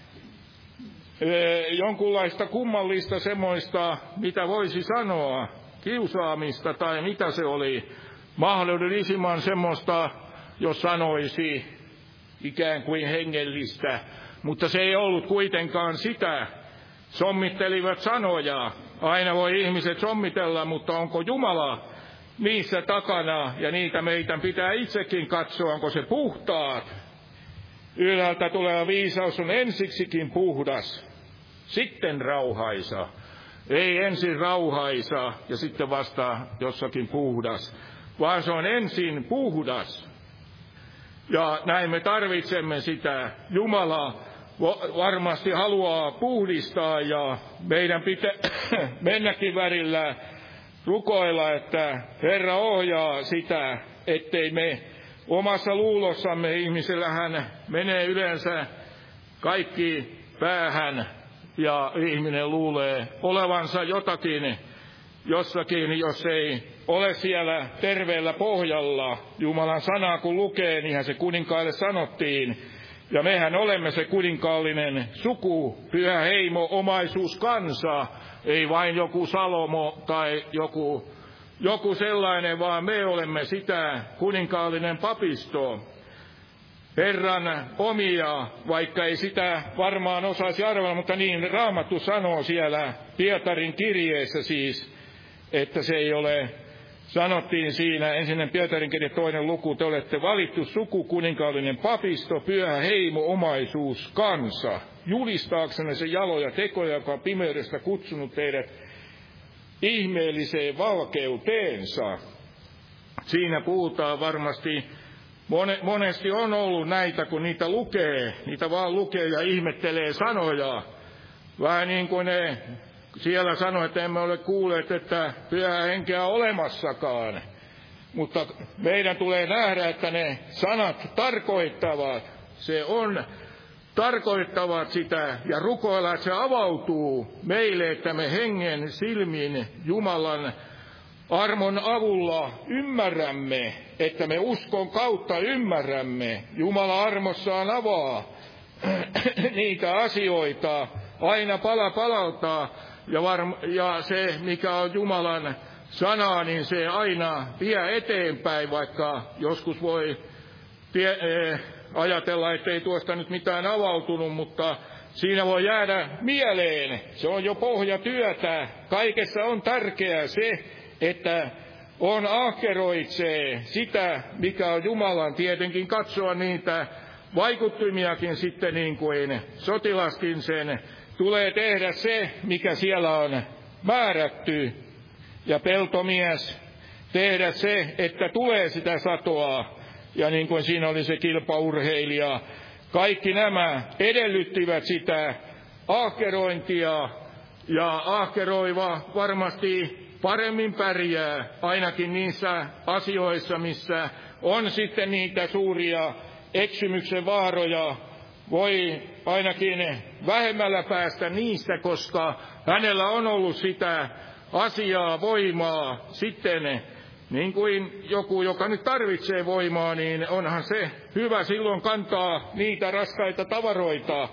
jonkunlaista kummallista semmoista, mitä voisi sanoa, kiusaamista tai mitä se oli, mahdollisimman semmoista, jos sanoisi, ikään kuin hengellistä, mutta se ei ollut kuitenkaan sitä. Sommittelivat sanoja. Aina voi ihmiset sommitella, mutta onko Jumala niissä takana, ja niitä meidän pitää itsekin katsoa, onko se puhtaat. Ylhäältä tuleva viisaus on ensiksikin puhdas, sitten rauhaisa. Ei ensin rauhaisa ja sitten vasta jossakin puhdas, vaan se on ensin puhdas. Ja näin me tarvitsemme sitä Jumalaa varmasti haluaa puhdistaa ja meidän pitää mennäkin välillä rukoilla, että Herra ohjaa sitä, ettei me omassa luulossamme, ihmisellähän menee yleensä kaikki päähän ja ihminen luulee olevansa jotakin jossakin, jos ei ole siellä terveellä pohjalla. Jumalan sanaa kun lukee, niinhän se kuninkaille sanottiin. Ja mehän olemme se kuninkaallinen suku, pyhä heimo, omaisuus, kansa, ei vain joku Salomo tai joku, joku sellainen, vaan me olemme sitä kuninkaallinen papisto. Herran omia, vaikka ei sitä varmaan osaisi arvella, mutta niin Raamattu sanoo siellä Pietarin kirjeessä siis, että se ei ole, sanottiin siinä ensinnäkin Pietarin kirje toinen luku, te olette valittu suku, kuninkaallinen papisto, pyhä heimo, omaisuus, kansa, julistaaksenne se jaloja tekoja, joka on pimeydestä kutsunut teidät ihmeelliseen valkeuteensa. Siinä puhutaan varmasti, monesti on ollut näitä, kun niitä lukee, niitä vaan lukee ja ihmettelee sanoja. Vähän niin kuin ne siellä sanoi, että emme ole kuulleet, että pyhää henkeä on olemassakaan. Mutta meidän tulee nähdä, että ne sanat tarkoittavat, se on, tarkoittavat sitä ja rukoilla, että se avautuu meille, että me hengen silmin Jumalan armon avulla ymmärrämme, että me uskon kautta ymmärrämme. Jumala armossaan avaa niitä asioita aina pala palalta. Ja, varm- ja se, mikä on Jumalan sana, niin se aina vie eteenpäin, vaikka joskus voi tie- eh, ajatella, että ei tuosta nyt mitään avautunut, mutta siinä voi jäädä mieleen. Se on jo pohjatyötä. Kaikessa on tärkeää se, että on ahkeroitsee sitä, mikä on Jumalan, tietenkin katsoa niitä vaikuttumiakin sitten niin kuin sotilaskin sen. Tulee tehdä se, mikä siellä on määrätty, ja peltomies tehdä se, että tulee sitä satoa. Ja niin kuin siinä oli se kilpaurheilija, kaikki nämä edellyttivät sitä ahkerointia, ja ahkeroiva varmasti paremmin pärjää, ainakin niissä asioissa, missä on sitten niitä suuria eksymyksen vaaroja, voi ainakin vähemmällä päästä niistä, koska hänellä on ollut sitä asiaa, voimaa. Sitten niin kuin joku, joka nyt tarvitsee voimaa, niin onhan se hyvä silloin kantaa niitä raskaita tavaroita.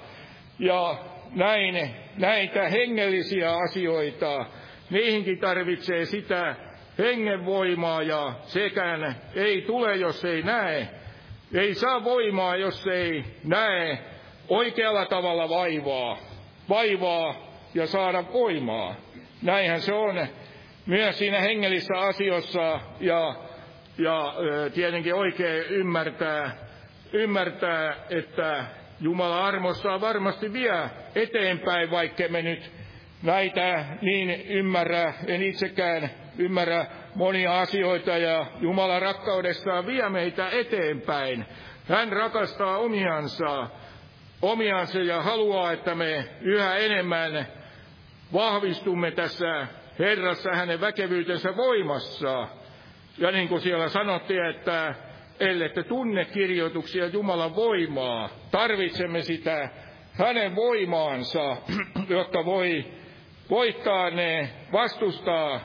Ja näin, näitä hengellisiä asioita, niihinkin tarvitsee sitä hengenvoimaa, ja sekään ei tule, jos ei näe. Ei saa voimaa, jos ei näe oikealla tavalla vaivaa, vaivaa ja saada voimaa. Näinhän se on myös siinä hengellisissä asioissa, ja, ja tietenkin oikein ymmärtää, ymmärtää, että Jumala armossaan varmasti vie eteenpäin, vaikka me nyt näitä niin ymmärrä, en itsekään ymmärrä monia asioita, ja Jumala rakkaudestaan vie meitä eteenpäin. Hän rakastaa omiansa, omiansa ja haluaa, että me yhä enemmän vahvistumme tässä Herrassa hänen väkevyytensä voimassa. Ja niin kuin siellä sanottiin, että ellette tunne kirjoituksia Jumalan voimaa, tarvitsemme sitä hänen voimaansa, jotta voi voittaa ne, vastustaa,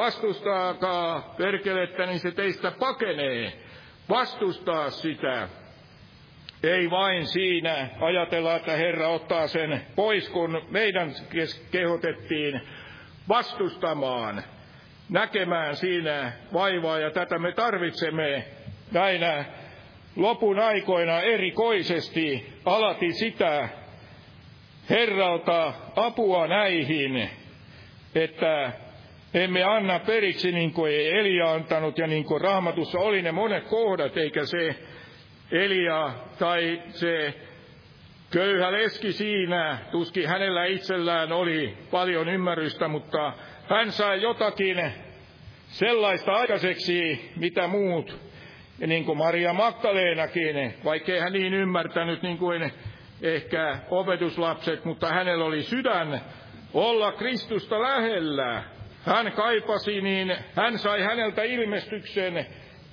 vastustaakaa perkelettä, niin se teistä pakenee. Vastustaa sitä. Ei vain siinä ajatella, että Herra ottaa sen pois, kun meidän kehotettiin vastustamaan, näkemään siinä vaivaa, ja tätä me tarvitsemme näinä lopun aikoina erikoisesti alati sitä Herralta apua näihin, että emme anna periksi niin kuin ei Elia antanut, ja niin kuin Raamatussa oli ne monet kohdat, eikä se Elia tai se köyhä leski siinä, tuskin hänellä itsellään oli paljon ymmärrystä, mutta hän sai jotakin sellaista aikaiseksi, mitä muut, ja niin kuin Maria Magdalenakin, vaikkei hän niin ymmärtänyt niin kuin ehkä opetuslapset, mutta hänellä oli sydän olla Kristusta lähellä. Hän kaipasi, niin hän sai häneltä ilmestyksen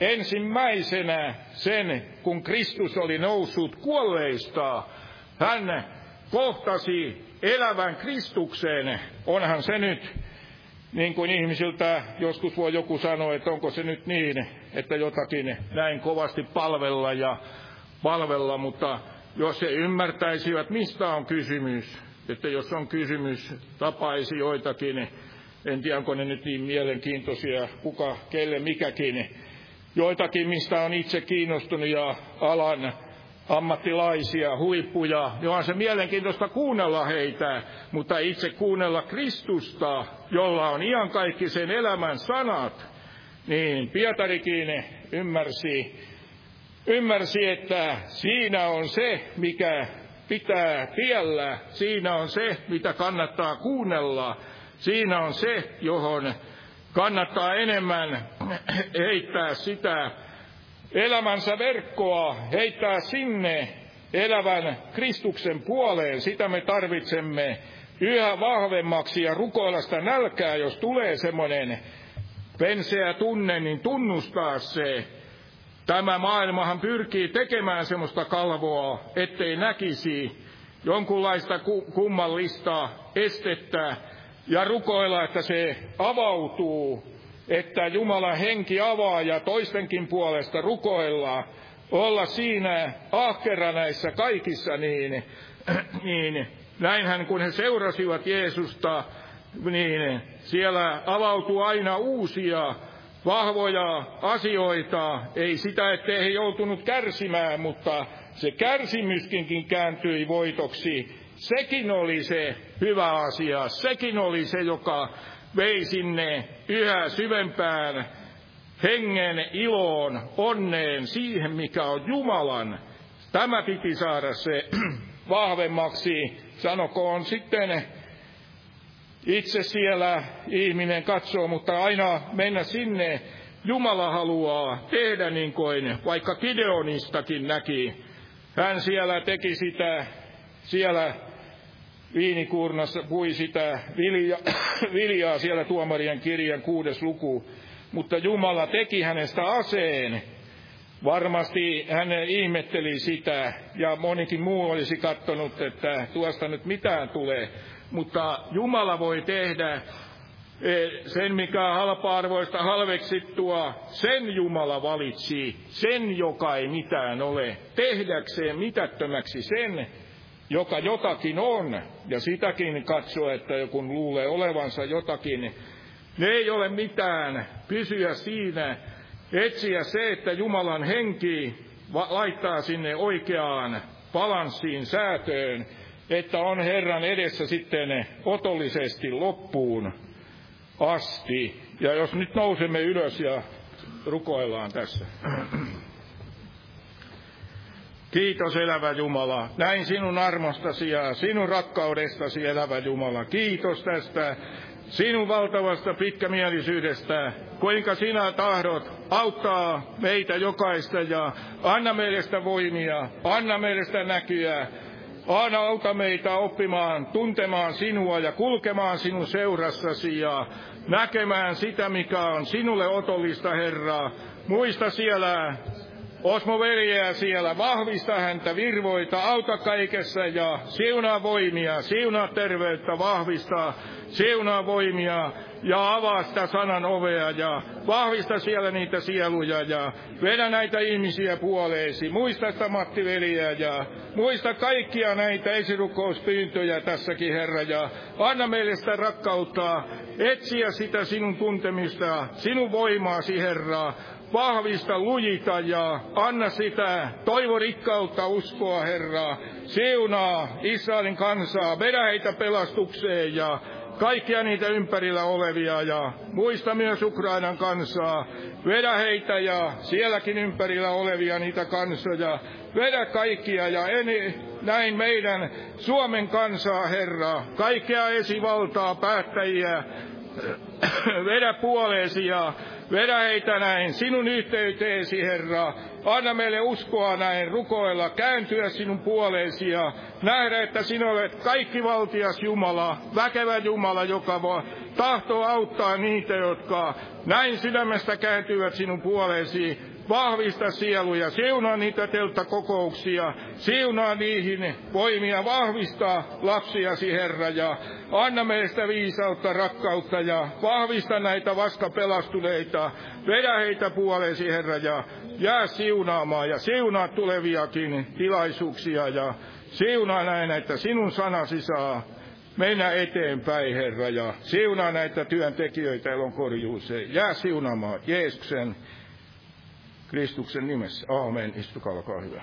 ensimmäisenä sen, kun Kristus oli noussut kuolleista. Hän kohtasi elävän Kristuksen. Onhan se nyt, niin kuin ihmisiltä joskus voi joku sanoa, että onko se nyt niin, että jotakin näin kovasti palvella ja palvella, mutta jos he ymmärtäisivät, mistä on kysymys, että jos on kysymys, tapaisi joitakin, en tiedä, onko ne nyt niin mielenkiintoisia, kuka, kelle, mikäkin, joitakin, mistä on itse kiinnostunut ja alan ammattilaisia, huippuja, niin on se mielenkiintoista kuunnella heitä, mutta itse kuunnella Kristusta, jolla on iankaikkisen elämän sanat, niin Pietarikin ymmärsi, ymmärsi, että siinä on se, mikä pitää tiellä, siinä on se, mitä kannattaa kuunnella, siinä on se, johon kannattaa enemmän heittää sitä elämänsä verkkoa, heittää sinne elävän Kristuksen puoleen. Sitä me tarvitsemme yhä vahvemmaksi ja rukoilla sitä nälkää, jos tulee semmoinen penseä tunne, niin tunnustaa se. Tämä maailmahan pyrkii tekemään semmoista kalvoa, ettei näkisi jonkunlaista kummallista estettä ja rukoilla, että se avautuu, että Jumalan henki avaa ja toistenkin puolesta rukoilla, olla siinä ahkera näissä kaikissa, niin, niin näinhän kun he seurasivat Jeesusta, niin siellä avautuu aina uusia vahvoja asioita, ei sitä, ettei he joutunut kärsimään, mutta se kärsimyskinkin kääntyi voitoksi. Sekin oli se hyvä asia, sekin oli se, joka vei sinne yhä syvempään hengen iloon, onneen, siihen mikä on Jumalan. Tämä piti saada se vahvemmaksi, sanokoon sitten itse siellä ihminen katsoo, mutta aina mennä sinne. Jumala haluaa tehdä niin kuin vaikka Gideonistakin näki. Hän siellä teki sitä, siellä viinikuurnassa pui sitä vilja, viljaa, siellä Tuomarien kirjan kuudes luku. Mutta Jumala teki hänestä aseen. Varmasti hän ihmetteli sitä, ja monikin muu olisi katsonut, että tuosta nyt mitään tulee. Mutta Jumala voi tehdä sen, mikä on halpa-arvoista halveksittua, sen Jumala valitsi, sen, joka ei mitään ole, tehdäkseen mitättömäksi sen, joka jotakin on. Ja sitäkin katsoo, että kun luulee olevansa jotakin, ne ei ole mitään, pysyä siinä, etsiä se, että Jumalan henki laittaa sinne oikeaan balanssiin, säätöön, että on Herran edessä sitten otollisesti loppuun asti. Ja jos nyt nousemme ylös ja rukoillaan tässä. Kiitos elävä Jumala, näin sinun armostasi ja sinun rakkaudestasi elävä Jumala. Kiitos tästä sinun valtavasta pitkämielisyydestä, kuinka sinä tahdot auttaa meitä jokaista ja anna meille sitä voimia, anna meille sitä näkyä. Anna auta meitä oppimaan, tuntemaan sinua ja kulkemaan sinun seurassasi ja näkemään sitä, mikä on sinulle otollista, Herra. Muista siellä Osmo veljeä siellä, vahvista häntä, virvoita, auta kaikessa ja siunaa voimia, siunaa terveyttä, vahvista, siunaa voimia ja avaa sitä sanan ovea ja vahvista siellä niitä sieluja ja vedä näitä ihmisiä puoleesi. Muista sitä Matti veljeä ja muista kaikkia näitä esirukouspyyntöjä tässäkin, Herra, ja anna meille sitä rakkautta, etsiä sitä sinun tuntemista, sinun voimaasi, Herra. Vahvista, lujita ja anna sitä toivorikkautta, uskoa, Herra. Siunaa Israelin kansaa, vedä heitä pelastukseen ja kaikkia niitä ympärillä olevia ja muista myös Ukrainan kansaa. Vedä heitä ja sielläkin ympärillä olevia niitä kansoja. Vedä kaikkia ja eni, näin meidän Suomen kansaa, Herra. Kaikkea esivaltaa, päättäjiä, vedä puoleesi ja vedä heitä näin sinun yhteyteesi, Herra. Anna meille uskoa näin rukoilla, kääntyä sinun puoleesi ja nähdä, että sinä olet kaikkivaltias Jumala, väkevä Jumala, joka voi tahtoo auttaa niitä, jotka näin sydämestä kääntyvät sinun puoleesi. Vahvista sieluja, siunaa niitä telttakokouksia, siunaa niihin voimia, vahvistaa lapsiasi, Herra, ja anna meistä viisautta, rakkautta ja vahvista näitä vasta pelastuneita. Vedä heitä puoleesi, Herra, ja jää siunaamaan ja siunaa tuleviakin tilaisuuksia ja siunaa näin, että sinun sanasi saa mennä eteenpäin, Herra, ja siunaa näitä työntekijöitä elonkorjuuseen. Jää siunaamaan Jeesuksen Kristuksen nimessä. Aamen. Istukaa, olkaa hyvä.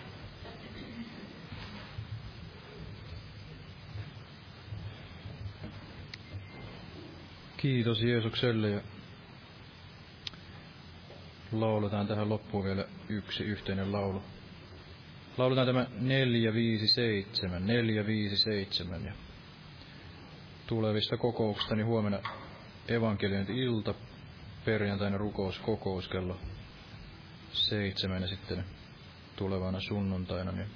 Kiitos Jeesukselle ja lauletaan tähän loppuun vielä yksi yhteinen laulu. Lauletaan tämä neljä viisi seitsemän, neljä viisi seitsemän ja tulevista kokouksista niin huomenna evankeliumin ilta, perjantaina rukouskokous kello seitsemän ja sitten tulevana sunnuntaina niin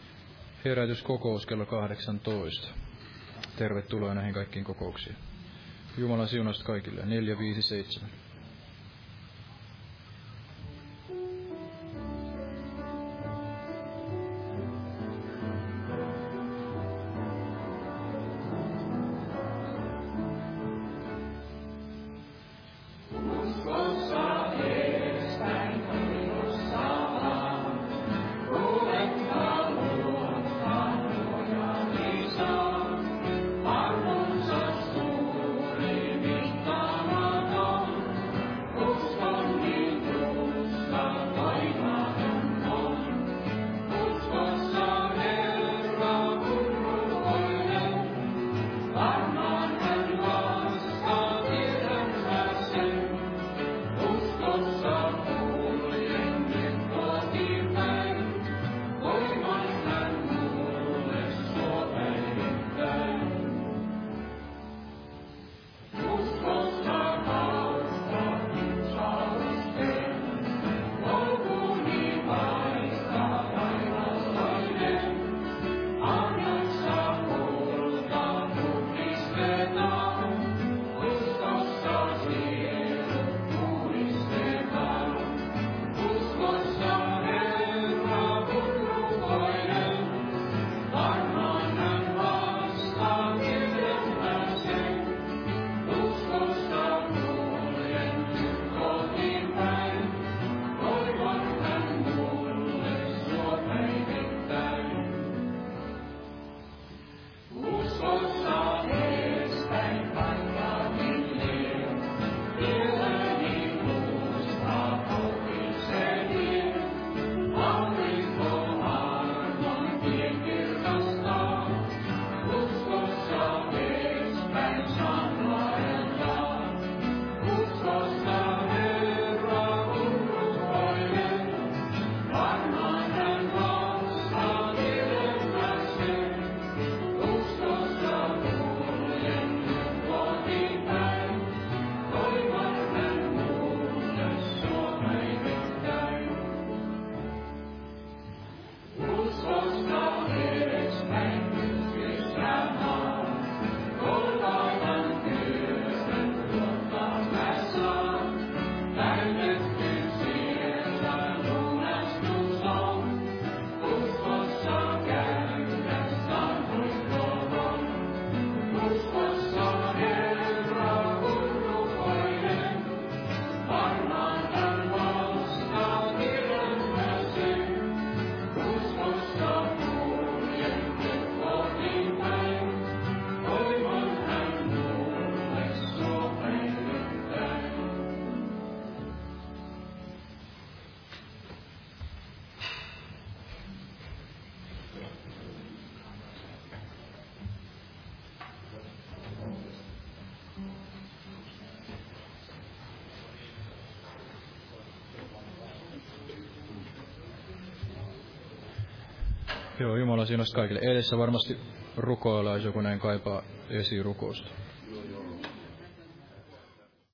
herätyskokous kello kahdeksantoista. Tervetuloa näihin kaikkiin kokouksiin. Jumalan siunausta kaikille. neljä viisi seitsemän. Joo, Jumala siunasta kaikille. Edessä varmasti rukoillaan, jos joku näin kaipaa esirukousta.